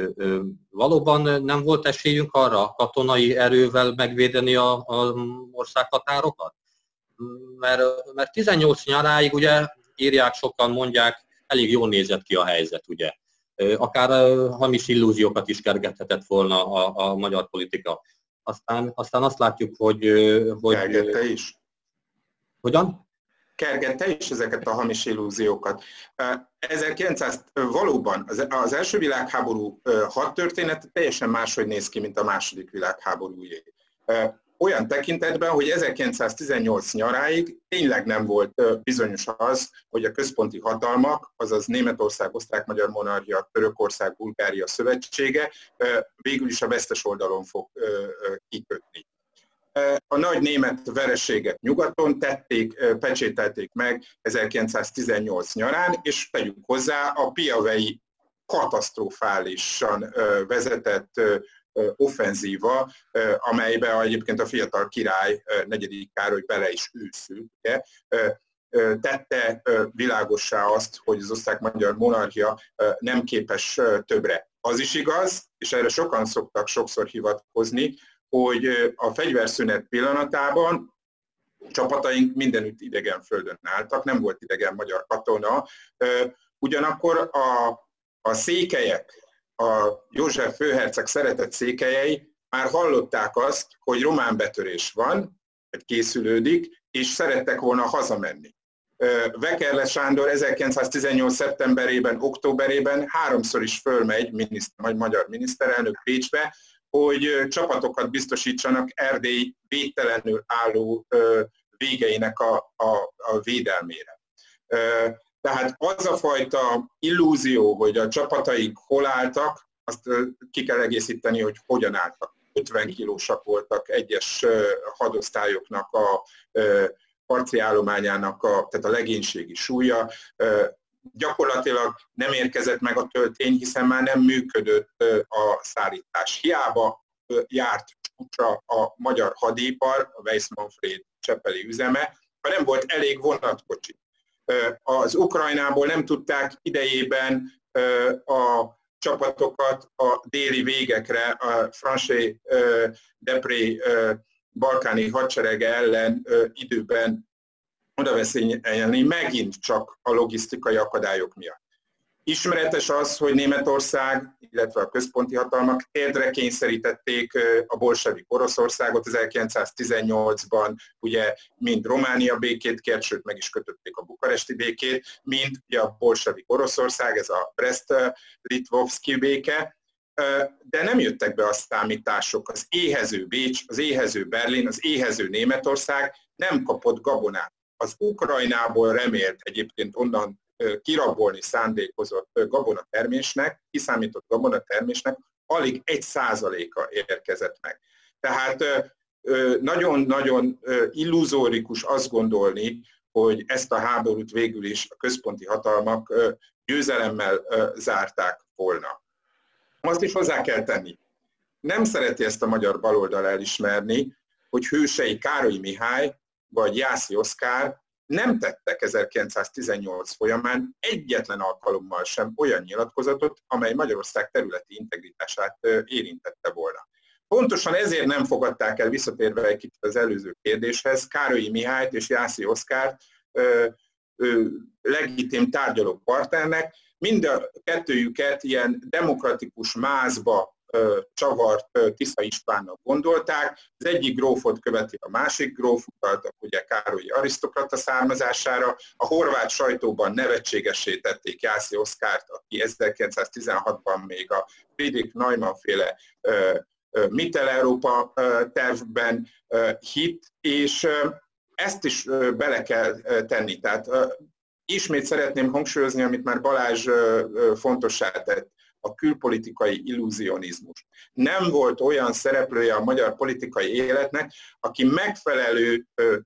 valóban nem volt esélyünk arra katonai erővel megvédeni a, a országhatárokat? Mert, mert tizennyolc nyaráig ugye írják, sokan mondják, elég jól nézett ki a helyzet, ugye. Akár hamis illúziókat is kergethetett volna a, a magyar politika. Aztán, aztán azt látjuk, hogy... hogy kergette is? Hogyan? Kergette is ezeket a hamis illúziókat. ezerkilencszáz valóban az, az első világháború hadtörténet teljesen máshogy néz ki, mint a második világháborújé. Olyan tekintetben, hogy ezerkilencszáztizennyolc nyaráig tényleg nem volt bizonyos az, hogy a központi hatalmak, azaz Németország, Osztrák-Magyar Monarchia, Törökország, Bulgária szövetsége végül is a vesztes oldalon fog kikötni. A nagy német vereséget nyugaton tették, pecsételték meg ezerkilencszáztizennyolc nyarán, és tegyük hozzá a piavei katasztrofálisan vezetett offenzíva, amelybe egyébként a fiatal király, negyedik Károly bele is őszült, ugye, tette világossá azt, hogy az osztrák-magyar monarchia nem képes többre. Az is igaz, és erre sokan szoktak sokszor hivatkozni, hogy a fegyverszünet pillanatában csapataink mindenütt idegen földön álltak, nem volt idegen magyar katona, ugyanakkor a, a székelyek, a József főherceg szeretett székelyei már hallották azt, hogy román betörés van, vagy készülődik, és szerettek volna hazamenni. Vekerle Sándor ezerkilencszáztizennyolc. szeptemberében, októberében háromszor is fölmegy, miniszter, vagy magyar miniszterelnök Bécsbe, hogy csapatokat biztosítsanak Erdély védtelenül álló végeinek a, a, a védelmére. Tehát az a fajta illúzió, hogy a csapataik hol álltak, azt ki kell egészíteni, hogy hogyan álltak. ötven kilósak voltak egyes hadosztályoknak a harci állományának, a, tehát a legénységi súlya. Gyakorlatilag nem érkezett meg a töltény, hiszen már nem működött a szállítás. Hiába járt csúcsra a magyar hadipar, a Weiss-Manfréd csepeli üzeme, ha nem volt elég vonatkocsi. Az Ukrajnából nem tudták idejében a csapatokat a déli végekre, a Franchet-Depré balkáni hadserege ellen időben odaveszélyelni, megint csak a logisztikai akadályok miatt. Ismeretes az, hogy Németország, illetve a központi hatalmak térdre kényszerítették a bolsevik Oroszországot ezerkilencszáztizennyolcban, ugye mind Románia békét kért, sőt meg is kötötték a bukaresti békét, mind ugye a bolsevik Oroszország, ez a Brest-Litovszki béke, de nem jöttek be a számítások. Az éhező Bécs, az éhező Berlin, az éhező Németország nem kapott gabonát. Az Ukrajnából remélt egyébként onnan kirabolni szándékozott gabonatermésnek, kiszámított gabonatermésnek alig egy százaléka érkezett meg. Tehát nagyon-nagyon illuzórikus azt gondolni, hogy ezt a háborút végül is a központi hatalmak győzelemmel zárták volna. Azt is hozzá kell tenni. Nem szereti ezt a magyar baloldal elismerni, hogy hősei Károly Mihály vagy Jászi Oszkár nem tettek ezerkilencszáztizennyolc folyamán egyetlen alkalommal sem olyan nyilatkozatot, amely Magyarország területi integritását érintette volna. Pontosan ezért nem fogadták el, visszatérve egy kicsit az előző kérdéshez, Károlyi Mihályt és Jászi Oszkárt ö, ö, legitim tárgyaló partnernek, mind a kettőjüket ilyen demokratikus mázba ö, csavart ö, Tisza Istvánnak gondolták. Az egyik grófot követi a másik gróf, utaltak ugye Károlyi arisztokrata származására. A horvát sajtóban nevetségessé tették Jászi Oszkárt, aki ezerkilencszáztizenhatban még a Friedrich Neumann féle ö, Mittel-Európa tervben hitt, és ezt is bele kell tenni. Tehát ismét szeretném hangsúlyozni, amit már Balázs fontossá tett, a külpolitikai illúzionizmus. Nem volt olyan szereplője a magyar politikai életnek, aki megfelelő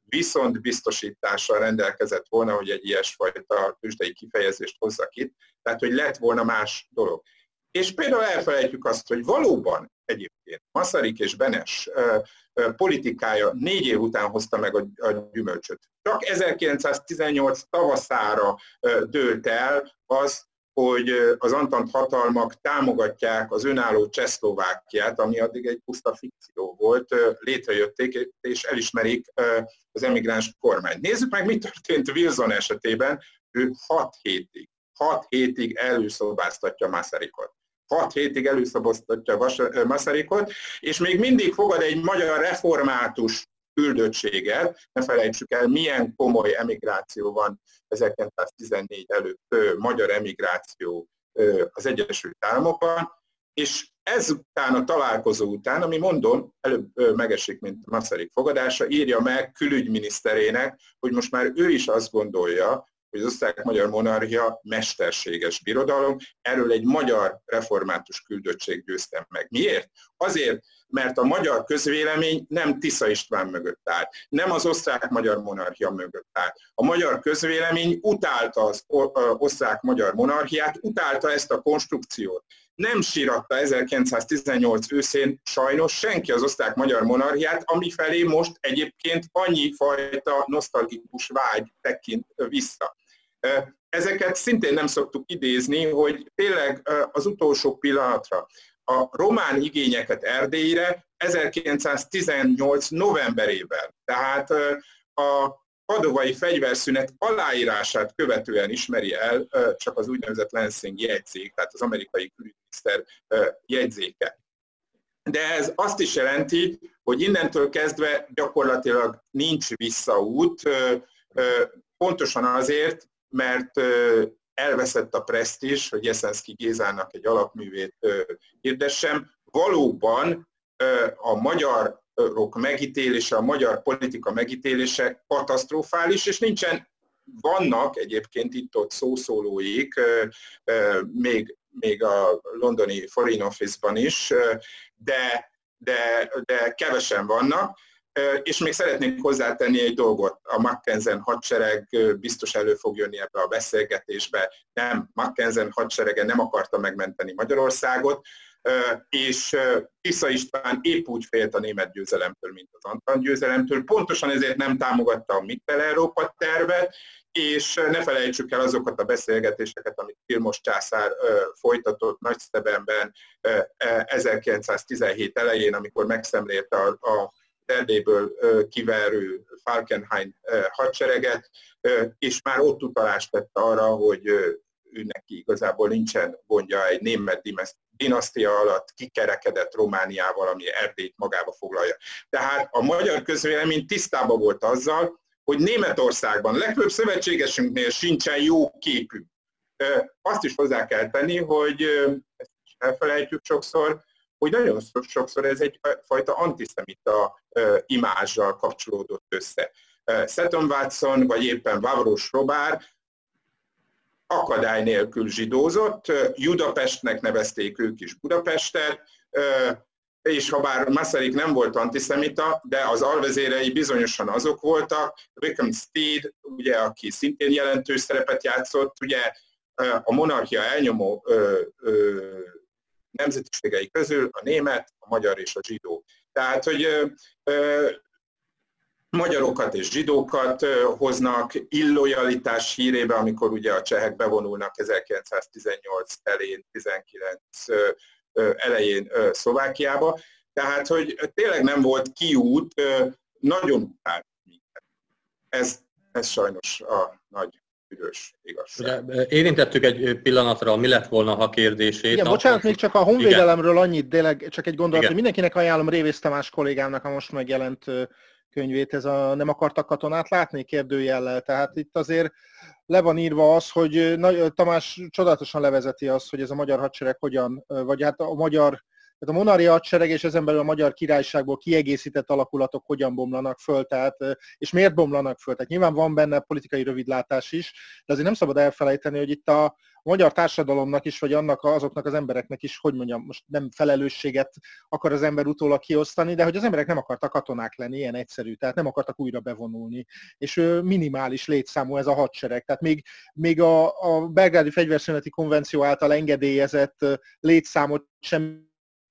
viszontbiztosítással rendelkezett volna, hogy egy ilyesfajta tőzsdei kifejezést hozzak itt, tehát hogy lett volna más dolog. És például elfelejtjük azt, hogy valóban egyébként Masaryk és Benes politikája négy év után hozta meg a, a gyümölcsöt. Csak ezerkilencszáztizennyolc tavaszára dőlt el az, hogy az antant hatalmak támogatják az önálló Csehszlovákiát, ami addig egy puszta fikció volt, létrejötték és elismerik az emigráns kormányt. Nézzük meg, mi történt Wilson esetében. Ő hat hétig, hat hétig előszobáztatja Masarykot. hat hétig előszoboztatja Masarykot, és még mindig fogad egy magyar református küldöttséget. Ne felejtsük el, milyen komoly emigráció van ezerkilencszáztizennégy előtt, magyar emigráció az Egyesült Államokban, és ezután a találkozó után, ami mondom, előbb megesik, mint Masaryk fogadása, írja meg külügyminiszterének, hogy most már ő is azt gondolja, hogy az osztrák-magyar monarchia mesterséges birodalom, erről egy magyar református küldöttség győzte meg. Miért? Azért, mert a magyar közvélemény nem Tisza István mögött áll, nem az osztrák-magyar monarchia mögött áll. A magyar közvélemény utálta az osztrák-magyar monarchiát, utálta ezt a konstrukciót. Nem síratta ezerkilencszáztizennyolc őszén sajnos senki az osztrák-magyar monarchiát, amifelé most egyébként annyi fajta nosztalgikus vágy tekint vissza. Ezeket szintén nem szoktuk idézni, hogy tényleg az utolsó pillanatra a román igényeket Erdélyre ezerkilencszáztizennyolc novemberében, tehát a padovai fegyverszünet aláírását követően ismeri el csak az úgynevezett Lansing jegyzék, tehát az amerikai külügyminiszter jegyzéke. De ez azt is jelenti, hogy innentől kezdve gyakorlatilag nincs visszaút, pontosan azért, mert elveszett a presztízs, hogy Jeszenszky Gézának egy alapművét hirdessem. Valóban a magyarok megítélése, a magyar politika megítélése katasztrofális, és nincsen, vannak egyébként itt-ott szószólóik, még, még a londoni Foreign Office-ban is, de, de, de kevesen vannak. És még szeretnék hozzátenni egy dolgot, a Mackensen hadsereg biztos elő fog jönni ebbe a beszélgetésbe. Nem, Mackensen hadserege nem akarta megmenteni Magyarországot, és Tisza István épp úgy félt a német győzelemtől, mint az Antant győzelemtől. Pontosan ezért nem támogatta a Mittel-Európa tervet, és ne felejtsük el azokat a beszélgetéseket, amit Vilmos császár folytatott Nagyszebenben ezerkilencszáztizenhét elején, amikor megszemlélte a, a Erdélyből kiverő Falkenhayn hadsereget, és már ott utalást tett arra, hogy ő neki igazából nincsen gondja egy német dinasztia alatt kikerekedett Romániával, ami Erdélyt magába foglalja. Tehát a magyar közvélemény tisztában volt azzal, hogy Németországban, legfőbb szövetségesünknél sincsen jó képünk. Azt is hozzá kell tenni, hogy ezt is elfelejtjük sokszor, hogy nagyon sokszor ez egyfajta antiszemita imázsal kapcsolódott össze. Seton Watson, vagy éppen Vavros Robár akadály nélkül zsidózott, Budapestnek nevezték ők is Budapestet, és ha bár Masaryk nem volt antiszemita, de az alvezérei bizonyosan azok voltak. Wickham Steed, ugye, aki szintén jelentős szerepet játszott, ugye a monarchia elnyomó ö, ö, nemzetiségei közül a német, a magyar és a zsidó. Tehát, hogy ö, ö, magyarokat és zsidókat ö, hoznak illojalitás hírébe, amikor ugye a csehek bevonulnak ezerkilencszáztizennyolc elején, tizenkilenc ö, ö, elején ö, Szlovákiába. Tehát, hogy tényleg nem volt kiút, ö, nagyon utált minket. Ez, ez sajnos a nagy üdös igazság. Ugye, érintettük egy pillanatra a mi lett volna, ha kérdését. Igen, bocsánat, még csak a honvédelemről annyit, tényleg csak egy gondolat, hogy mindenkinek ajánlom Révész Tamás kollégámnak a most megjelent könyvét, ez a Nem akartak katonát látni kérdőjellel. Tehát itt azért le van írva az, hogy Tamás csodálatosan levezeti azt, hogy ez a magyar hadsereg hogyan, vagy hát a magyar, tehát a monarchia hadsereg és ezen belül a magyar királyságból kiegészített alakulatok hogyan bomlanak föl, tehát, és miért bomlanak föl. Tehát nyilván van benne politikai rövidlátás is, de azért nem szabad elfelejteni, hogy itt a magyar társadalomnak is, vagy annak azoknak az embereknek is, hogy mondjam, most nem felelősséget akar az ember utólag kiosztani, de hogy az emberek nem akartak katonák lenni, ilyen egyszerű, tehát nem akartak újra bevonulni. És minimális létszámú ez a hadsereg. Tehát még, még a, a Belgrádi Fegyverszüneti Konvenció által engedélyezett létszámot sem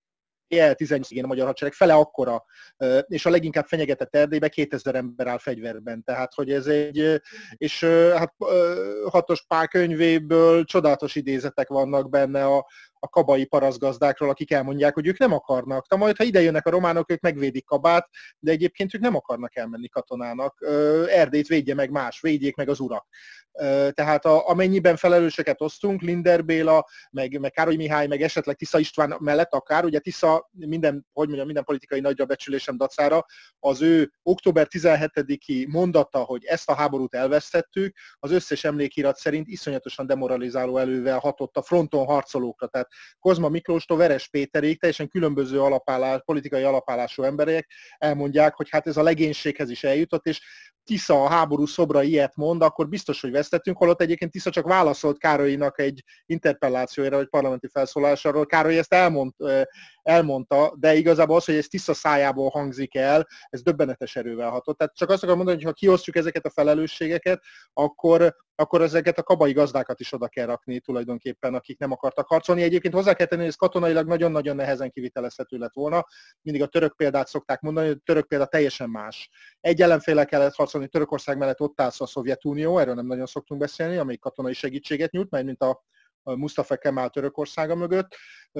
el tizennyolc a magyar hadsereg, fele akkora, és a leginkább fenyegetett Erdélyben kétezer ember áll fegyverben. Tehát, hogy ez egy, és hát Hatos Pál könyvéből csodálatos idézetek vannak benne a, a kabai parasztgazdákról, akik elmondják, hogy ők nem akarnak. De majd, ha ide jönnek a románok, ők megvédik Kabát, de egyébként ők nem akarnak elmenni katonának. Erdélyt védje meg más, védjék meg az urak. Tehát a, amennyiben felelőseket osztunk, Linder Béla, meg, meg Károly Mihály, meg esetleg Tisza István mellett akár, ugye Tisza minden, hogy mondjam, minden politikai nagyra becsülésem dacára, az ő október tizenhetediki mondata, hogy ezt a háborút elvesztettük, az összes emlékirat szerint iszonyatosan demoralizáló elővel hatott a fronton harcolókra. Tehát Kozma Miklóstól Veres Péterig teljesen különböző alapállás, politikai alapállású emberek elmondják, hogy hát ez a legénységhez is eljutott, és Tisza a háború szobra ilyet mond, akkor biztos, hogy vesztettünk, holott egyébként Tisza csak válaszolt Károlynak egy interpellációra, vagy parlamenti felszólásáról. Károly ezt elmond, elmondta, de igazából az, hogy ez Tisza szájából hangzik el, ez döbbenetes erővel hatott. Tehát csak azt akarom mondani, hogy ha kiosztjuk ezeket a felelősségeket, akkor, akkor ezeket a kabai gazdákat is oda kell rakni tulajdonképpen, akik nem akartak harcolni. Egyébként hozzá kell tenni, hogy ez katonailag nagyon-nagyon nehezen kivitelezhető lett volna. Mindig a török példát szokták mondani, hogy a török példa teljesen más. Egy ellenféle kellett harcolni, Törökország mellett ott állsz a Szovjetunió, erről nem nagyon szoktunk beszélni, amelyik katonai segítséget nyújt, majd mint a Mustafa Kemal Törökországa mögött.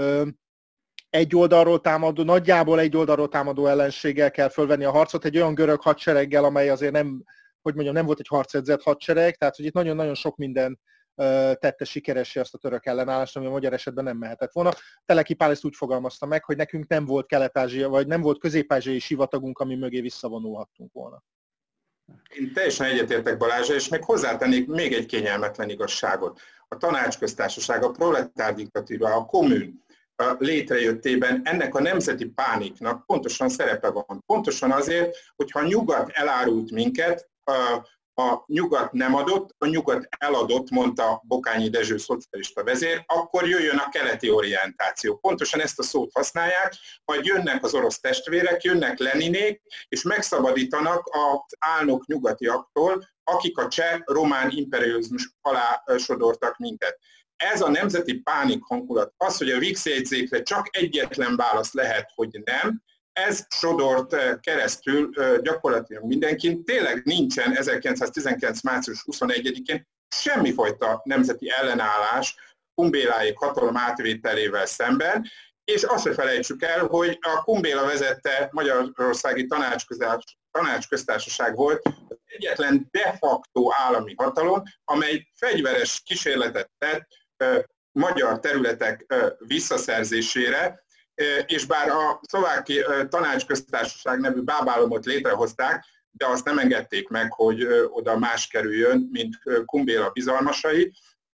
Egy oldalról támadó, nagyjából egy oldalról támadó ellenséggel kell fölvenni a harcot, egy olyan görög hadsereggel, amely azért nem, hogy mondjam, nem volt egy harcedzett hadsereg, tehát hogy itt nagyon-nagyon sok minden tette sikeressé azt a török ellenállást, ami a magyar esetben nem mehetett volna. Teleki Pál ezt úgy fogalmazta meg, hogy nekünk nem volt kelet-ázsia, vagy nem volt közép-ázsiai sivatagunk, ami mögé visszavonulhattunk volna. Én teljesen egyetértek Balázsra, és még hozzátennék még egy kényelmetlen igazságot. A tanácsköztársaság, a proletár diktatúra, a kommun létrejöttében ennek a nemzeti pániknak pontosan szerepe van. Pontosan azért, hogyha a nyugat elárult minket, a nyugat nem adott, a nyugat eladott, mondta Bokányi Dezső szocialista vezér, akkor jöjjön a keleti orientáció. Pontosan ezt a szót használják, majd jönnek az orosz testvérek, jönnek Leninék, és megszabadítanak az álnok nyugatiaktól, akik a cseh-román imperializmus alá sodortak minket. Ez a nemzeti pánik hangulat, az, hogy a Vix jegyzékre csak egyetlen válasz lehet, hogy nem, ez sodort keresztül gyakorlatilag mindenkin. Tényleg nincsen ezerkilencszáztizenkilenc. március huszonegyedikén semmifajta nemzeti ellenállás Kumbéláék hatalom átvételével szemben, és azt se felejtsük el, hogy a Kumbéla vezette Magyarországi Tanácsköztársaság volt az egyetlen de facto állami hatalom, amely fegyveres kísérletet tett magyar területek visszaszerzésére, és bár a szlovák tanácsköztársaság nevű bábálomot létrehozták, de azt nem engedték meg, hogy oda más kerüljön, mint Kumbéla bizalmasai.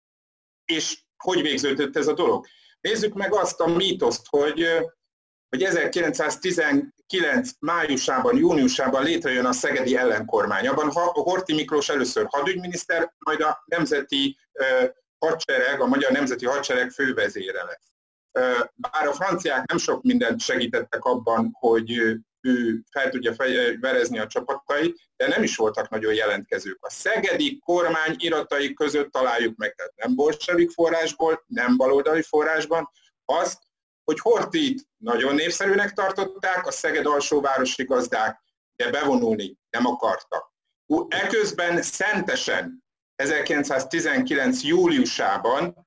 És hogy végződött ez a dolog? Nézzük meg azt a mítoszt, hogy, hogy ezerkilencszáztizenkilenc. májusában, júniusában létrejön a szegedi ellenkormány. Abban Horthy Miklós először hadügyminiszter, majd a nemzeti hadsereg, a magyar nemzeti hadsereg fővezére lesz. Bár a franciák nem sok mindent segítettek abban, hogy ő fel tudja verezni a csapatait, de nem is voltak nagyon jelentkezők. A szegedi kormány iratai között találjuk meg, tehát nem bolsevik forrásból, nem baloldali forrásban, azt, hogy Horthyt nagyon népszerűnek tartották, a Szeged alsóvárosi gazdák, de bevonulni nem akartak. Eközben Szentesen ezerkilencszáztizenkilenc. júliusában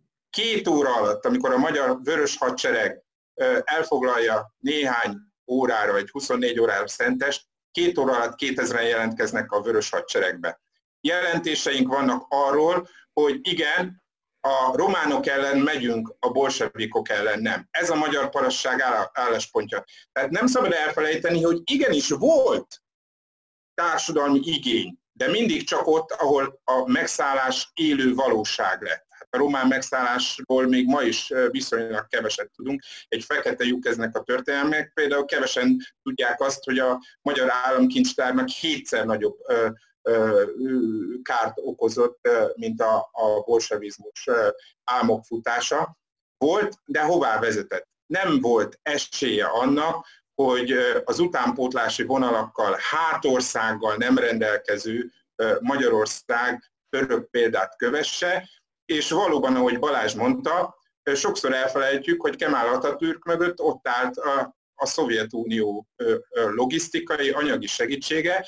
két óra alatt, amikor a magyar vörös hadsereg elfoglalja néhány órára, vagy huszonnégy órára Szentest, két óra alatt kétezren jelentkeznek a vörös hadseregbe. Jelentéseink vannak arról, hogy igen, a románok ellen megyünk, a bolsevikok ellen nem. Ez a magyar parasság álláspontja. Tehát nem szabad elfelejteni, hogy igenis volt társadalmi igény, de mindig csak ott, ahol a megszállás élő valóság lett. A román megszállásból még ma is viszonylag keveset tudunk. Egy fekete lyuk-eznek a történelmek. Például kevesen tudják azt, hogy a magyar államkincstárnak hétszer nagyobb ö, ö, kárt okozott, mint a, a bolsevizmus álmokfutása. Volt, de hová vezetett? Nem volt esélye annak, hogy az utánpótlási vonalakkal, hátországgal nem rendelkező Magyarország török példát kövesse, és valóban, ahogy Balázs mondta, sokszor elfelejtjük, hogy Kemal Atatürk mögött ott állt a, a Szovjetunió logisztikai, anyagi segítsége.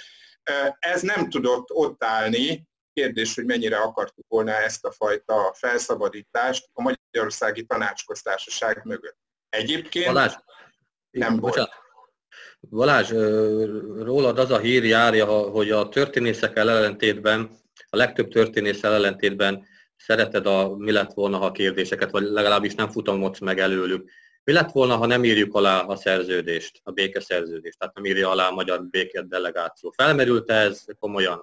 Ez nem tudott ott állni, kérdés, hogy mennyire akartuk volna ezt a fajta felszabadítást a Magyarországi Tanácsköztársaság mögött. Egyébként Balázs, nem volt. Bocsánat. Balázs, rólad az a hír járja, hogy a történészekkel ellentétben, a legtöbb történésszel ellentétben szereted a mi lett volna, ha kérdéseket, vagy legalábbis nem futamodsz meg előlük. Mi lett volna, ha nem írjuk alá a szerződést, a békeszerződést, tehát nem írja alá a magyar békedelegáció? Felmerült ez komolyan,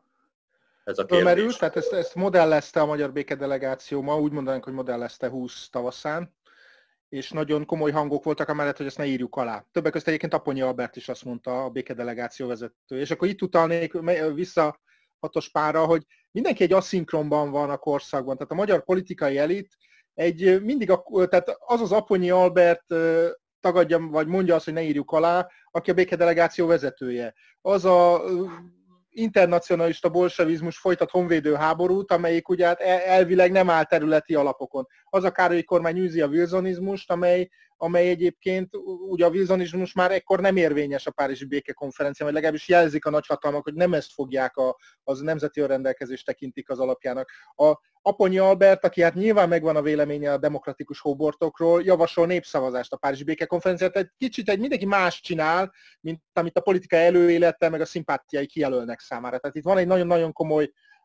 ez a kérdés? Felmerült, tehát ezt, ezt modellezte a magyar békedelegáció ma, úgy mondanánk, hogy modellezte húsz tavaszán, és nagyon komoly hangok voltak amellett, hogy ezt ne írjuk alá. Többek között egyébként Aponyi Albert is azt mondta, a békedelegáció vezető. És akkor itt utalnék vissza Hatos Pálra, hogy mindenki egy aszinkronban van a korszakban. Tehát a magyar politikai elit egy mindig, a, tehát az az Aponyi Albert tagadja, vagy mondja azt, hogy ne írjuk alá, aki a békedelegáció vezetője. Az a internacionalista bolsevizmus folytat honvédő háborút, amelyik ugye hát elvileg nem áll területi alapokon. Az a Károlyi kormány űzi a wilsonizmust, amely, amely egyébként ugye a wilsonizmus már ekkor nem érvényes a Párizsi békekonferencián, vagy legalábbis jelzik a nagyhatalmak, hogy nem ezt fogják, a, az nemzeti önrendelkezést tekintik az alapjának. A Aponyi Albert, aki hát nyilván megvan a véleménye a demokratikus hóbortokról, javasol népszavazást a Párizsi békekonferencián, tehát kicsit egy mindenki más csinál, mint amit a politikai előélete meg a szimpátiái kijelölnek számára. Tehát itt van egy nagyon-nagyon komoly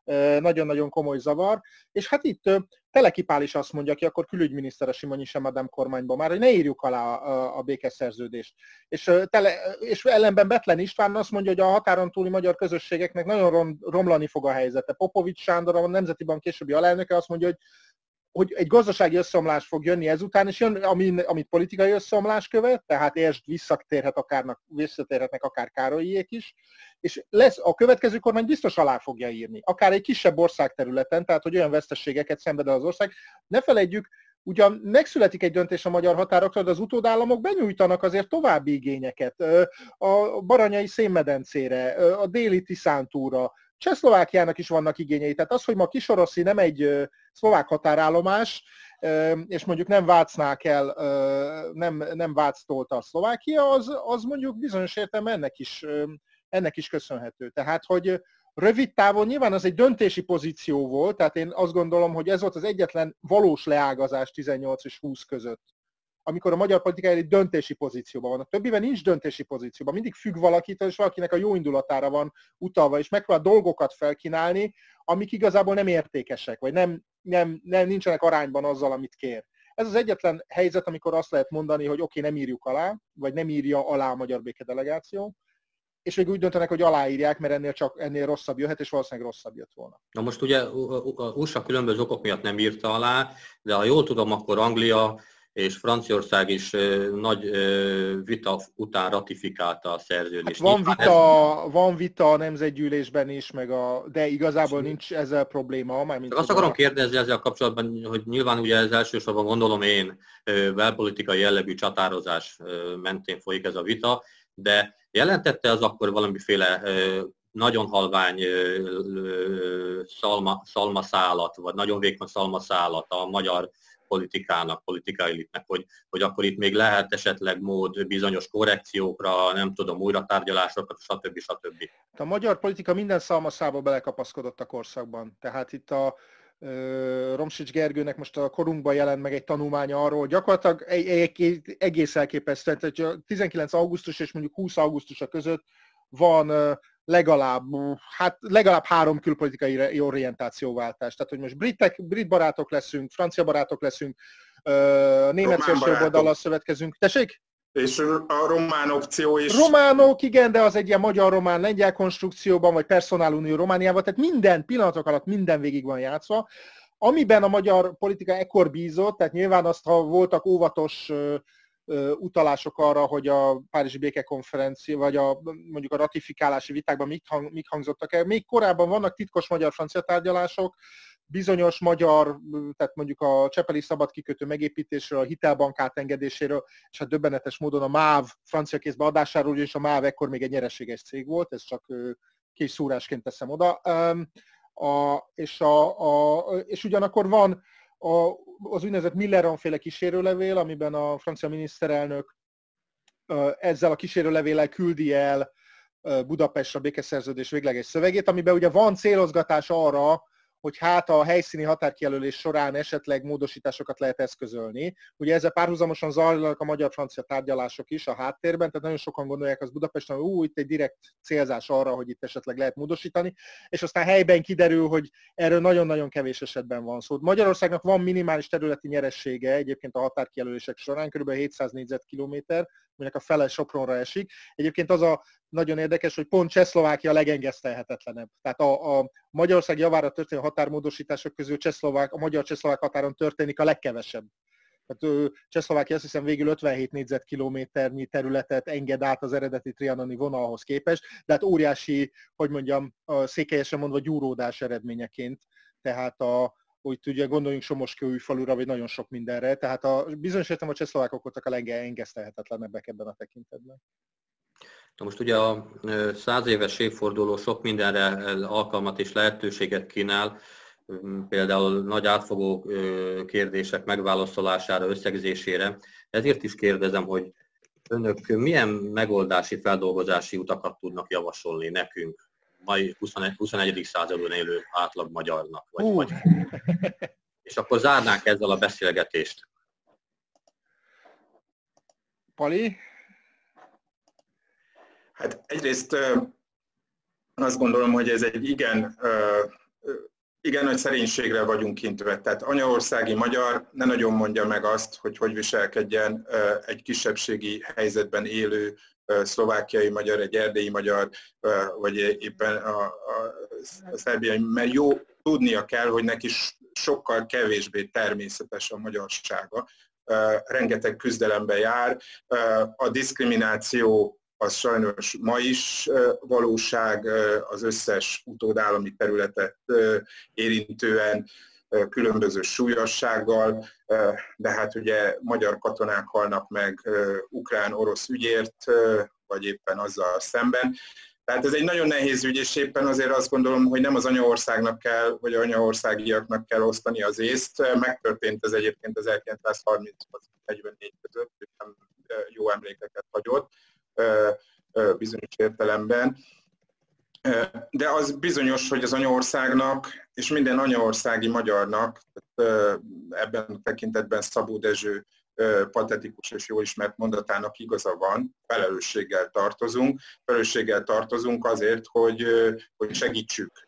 nagyon-nagyon komoly zavar, és hát itt Teleki Pál is azt mondja, aki akkor külügyminiszter a Simonyi Semadem kormányban már, hogy ne írjuk alá a, a békeszerződést. És, tele, és ellenben Bethlen István azt mondja, hogy a határon túli magyar közösségeknek nagyon rom, romlani fog a helyzete. Popovics Sándor, a Nemzeti Bank későbbi alelnöke azt mondja, hogy hogy egy gazdasági összeomlás fog jönni ezután, és jön, amit, amit politikai összeomlás követ, tehát értsd, visszatérhet akárnak, visszatérhetnek akár Károlyiék is, és lesz, a következő kormány biztos alá fogja írni, akár egy kisebb országterületen, tehát hogy olyan veszteségeket szenved el az ország. Ne felejtjük, ugyan megszületik egy döntés a magyar határokról, de az utódállamok benyújtanak azért további igényeket a Baranyai szénmedencére, a déli Tiszántúra, Csehszlovákiának is vannak igényei. Tehát az, hogy ma Kisoroszi nem egy szlovák határállomás, és mondjuk nem Vácnál kell, nem, nem Váctól tart Szlovákia, az, az mondjuk bizonyos értelemben ennek is, ennek is köszönhető. Tehát, hogy rövid távon nyilván az egy döntési pozíció volt, tehát én azt gondolom, hogy ez volt az egyetlen valós leágazás tizennyolc és húsz között, amikor a magyar politikai egy döntési pozícióban van. A többiben nincs döntési pozícióban, mindig függ valakitől, és valakinek a jó indulatára van utalva, és megpróbál dolgokat felkínálni, amik igazából nem értékesek, vagy nem, nem, nem nincsenek arányban azzal, amit kér. Ez az egyetlen helyzet, amikor azt lehet mondani, hogy oké, okay, nem írjuk alá, vagy nem írja alá a magyar békedelegáció, és még úgy döntenek, hogy aláírják, mert ennél csak ennél rosszabb jöhet, és valószínűleg rosszabb jött volna. Na most ugye u es á különböző okok miatt nem írta alá, de ha jól tudom, akkor Anglia és Franciaország is nagy vita után ratifikálta a szerződést. Hát van, vita, ez... van vita a nemzetgyűlésben is, meg a, de igazából nincs ezzel probléma. Mármint azt akarom a... kérdezni ezzel kapcsolatban, hogy nyilván ugye ez elsősorban gondolom én belpolitikai jellegű csatározás mentén folyik ez a vita, de jelentette az akkor valamiféle nagyon halvány szalma, szalmaszálat, vagy nagyon vékony szalmaszálat a magyar politikának, politikai elitnek, hogy, hogy akkor itt még lehet esetleg mód bizonyos korrekciókra, nem tudom, újratárgyalásokra, stb. stb. A magyar politika minden szalmaszába belekapaszkodott a korszakban. Tehát itt a uh, Romsics Gergőnek most a korunkban jelent meg egy tanulmánya arról, hogy gyakorlatilag egy, egy, egész elképesztő, tehát tizenkilenc augusztus és mondjuk húsz augusztusa között van uh, legalább, hát legalább három külpolitikai orientációváltás. Tehát, hogy most britek, brit barátok leszünk, francia barátok leszünk, német szélsőjobboldallal szövetkezünk. Tessék? És a román opció is. Románok, igen, de az egy ilyen magyar-román-lengyel konstrukcióban, vagy personálunió Romániával, tehát minden pillanatok alatt minden végig van játszva. Amiben a magyar politika ekkor bízott, tehát nyilván azt, ha voltak óvatos utalások arra, hogy a Párizsi Békekonferencia, vagy a, mondjuk a ratifikálási vitákban mik, hang, mik hangzottak el. Még korábban vannak titkos magyar-francia tárgyalások, bizonyos magyar, tehát mondjuk a Csepeli szabad kikötő megépítésről, a hitelbank átengedéséről, és a döbbenetes módon a MÁV francia kézbe adásáról, és a MÁV ekkor még egy nyereséges cég volt, ez csak kis szúrásként teszem oda. A, és, a, a, és ugyanakkor van a, az úgynevezett Milleron-féle kísérőlevél, amiben a francia miniszterelnök ezzel a kísérőlevéllel küldi el Budapestre a békeszerződés végleges szövegét, amiben ugye van célozgatás arra, hogy hát a helyszíni határkijelölés során esetleg módosításokat lehet eszközölni. Ugye ezzel párhuzamosan zajlanak a magyar-francia tárgyalások is a háttérben, tehát nagyon sokan gondolják az Budapesten, hogy ú, itt egy direkt célzás arra, hogy itt esetleg lehet módosítani, és aztán helyben kiderül, hogy erről nagyon-nagyon kevés esetben van szó. Magyarországnak van minimális területi nyeressége egyébként a határkijelölések során, kb. hétszáz négyzetkilométer, aminek a fele Sopronra esik. Egyébként az a nagyon érdekes, hogy pont Csehszlovákia a legengesztelhetetlenebb. Tehát a, a Magyarország javára történő határmódosítások közül Csehszlovák, a magyar-csehszlovák határon történik a legkevesebb. Tehát Csehszlovákia azt hiszem végül ötvenhét négyzetkilométernyi területet enged át az eredeti trianoni vonalhoz képest, de hát óriási, hogy mondjam, székelyesen mondva gyúródás eredményeként. Tehát a úgy ugye gondoljunk Somoskő-Újfalura, vagy nagyon sok mindenre, tehát a, bizonyos értem a csehszlovákok voltak a legengesztelhetetlenebbek ebben a tekintetben. Na most ugye a száz éves évforduló sok mindenre alkalmat és lehetőséget kínál, például nagy átfogó kérdések megválaszolására, összegzésére. Ezért is kérdezem, hogy önök milyen megoldási, feldolgozási utakat tudnak javasolni nekünk, mai huszonegyedik században élő átlag magyarnak? Vagy, uh. vagy. És akkor zárnánk ezzel a beszélgetést. Pali? Hát egyrészt azt gondolom, hogy ez egy igen igen nagy szerénységre vagyunk kintve. Tehát anyaországi magyar ne nagyon mondja meg azt, hogy hogy viselkedjen egy kisebbségi helyzetben élő szlovákiai magyar, egy erdélyi magyar, vagy éppen a, a, a szerbiai, mert jó tudnia kell, hogy neki sokkal kevésbé természetes a magyarsága. Rengeteg küzdelembe jár. A diszkrimináció az sajnos ma is valóság, az összes utódállami területet érintően különböző súlyossággal, de hát ugye magyar katonák halnak meg ukrán-orosz ügyért, vagy éppen azzal szemben. Tehát ez egy nagyon nehéz ügy, és éppen azért azt gondolom, hogy nem az anyaországnak kell, vagy anyaországiaknak kell osztani az észt. Megtörtént ez egyébként az ezerkilencszázharmincnyolc-negyvennégy között, nem jó emlékeket hagyott bizonyos értelemben. De az bizonyos, hogy az anyaországnak, és minden anyaországi magyarnak, ebben a tekintetben Szabó Dezső patetikus és jól ismert mondatának igaza van, felelősséggel tartozunk. Felelősséggel tartozunk azért, hogy, hogy segítsük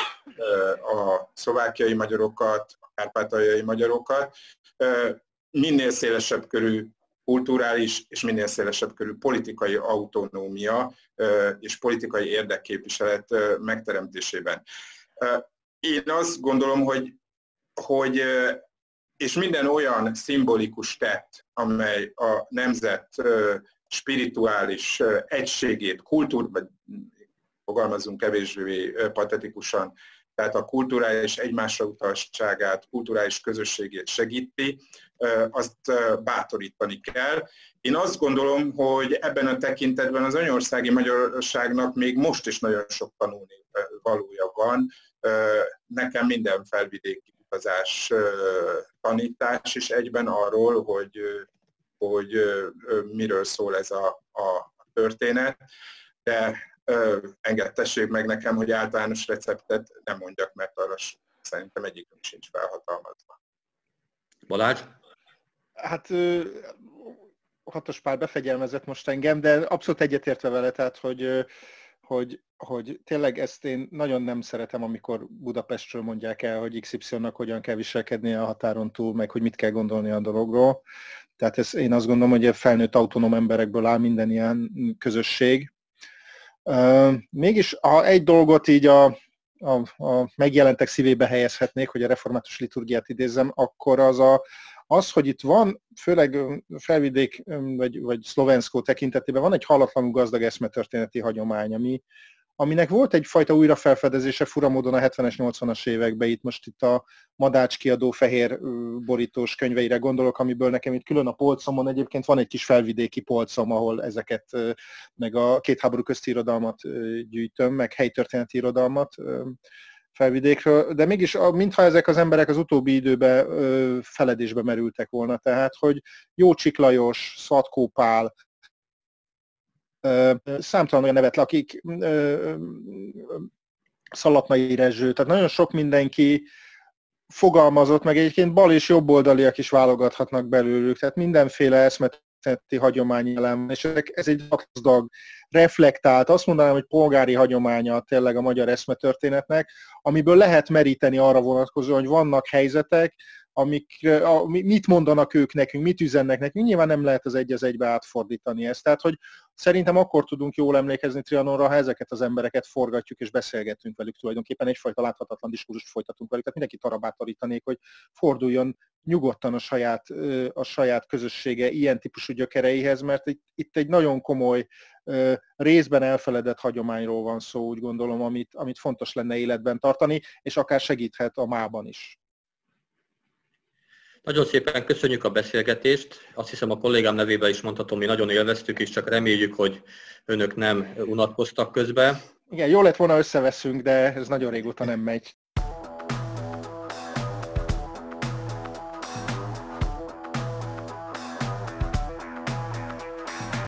a szlovákiai magyarokat, a kárpátaljai magyarokat, minél szélesebb körű kulturális és minél szélesebb körű politikai autonómia és politikai érdekképviselet megteremtésében. Én azt gondolom, hogy, hogy és minden olyan szimbolikus tett, amely a nemzet spirituális egységét, kultúr, vagy fogalmazunk kevésbé patetikusan, tehát a kulturális egymásra utaltságát, kulturális közösségét segíti, azt bátorítani kell. Én azt gondolom, hogy ebben a tekintetben az anyaországi magyarságnak még most is nagyon sok tanulni valója van. Nekem minden felvidéki utazás tanítás is egyben arról, hogy, hogy miről szól ez a, a történet, de engedtessék meg nekem, hogy általános receptet nem mondjak, mert arra szerintem egyikünk sincs felhatalmazva. Balázs? Hát Hatos Pál befegyelmezett most engem, de abszolút egyetértve vele, tehát hogy, hogy, hogy tényleg ezt én nagyon nem szeretem, amikor Budapestről mondják el, hogy iksz ipszilonnak hogyan kell viselkednie a határon túl, meg hogy mit kell gondolni a dologról. Tehát ez, én azt gondolom, hogy a felnőtt autonóm emberekből áll minden ilyen közösség. Uh, mégis, ha egy dolgot így a, a, a megjelentek szívébe helyezhetnék, hogy a református liturgiát idézzem, akkor az, a, az, hogy itt van, főleg felvidék vagy, vagy Szlovenszkó tekintetében van egy hallatlanul gazdag eszmetörténeti hagyomány, ami, aminek volt egyfajta újrafelfedezése fura módon a hetvenes, nyolcvanas években, itt most itt a Madács kiadó fehér borítós könyveire gondolok, amiből nekem itt külön a polcomon egyébként van egy kis felvidéki polcom, ahol ezeket, meg a két háború közti irodalmat gyűjtöm, meg helytörténeti irodalmat felvidékről, de mégis mintha ezek az emberek az utóbbi időben feledésbe merültek volna, tehát hogy Jócsik Lajos, Szabó Pál, számtalan olyan nevet, akik Szalapmai Rezső, tehát nagyon sok mindenki fogalmazott, meg egyébként bal és jobboldaliak is válogathatnak belőlük, tehát mindenféle eszmetörténeti hagyomány jelen, és ez egy gazdag, reflektált, azt mondanám, hogy polgári hagyománya tényleg a magyar eszmetörténetnek, amiből lehet meríteni arra vonatkozóan, hogy vannak helyzetek, amik, a, mit mondanak ők nekünk, mit üzennek nekünk, nyilván nem lehet az egy az egybe átfordítani ezt. Tehát, hogy szerintem akkor tudunk jól emlékezni Trianonra, ha ezeket az embereket forgatjuk és beszélgetünk velük, tulajdonképpen egyfajta láthatatlan diskurzust folytatunk velük. Tehát mindenki arra bátorítanék, hogy forduljon nyugodtan a saját, a saját közössége ilyen típusú gyökereihez, mert itt, itt egy nagyon komoly, részben elfeledett hagyományról van szó, úgy gondolom, amit, amit fontos lenne életben tartani, és akár segíthet a mában is. Nagyon szépen köszönjük a beszélgetést. Azt hiszem a kollégám nevében is mondhatom, mi nagyon élveztük, és csak reméljük, hogy önök nem unatkoztak közben. Igen, jó lett volna összeveszünk, de ez nagyon régóta nem megy.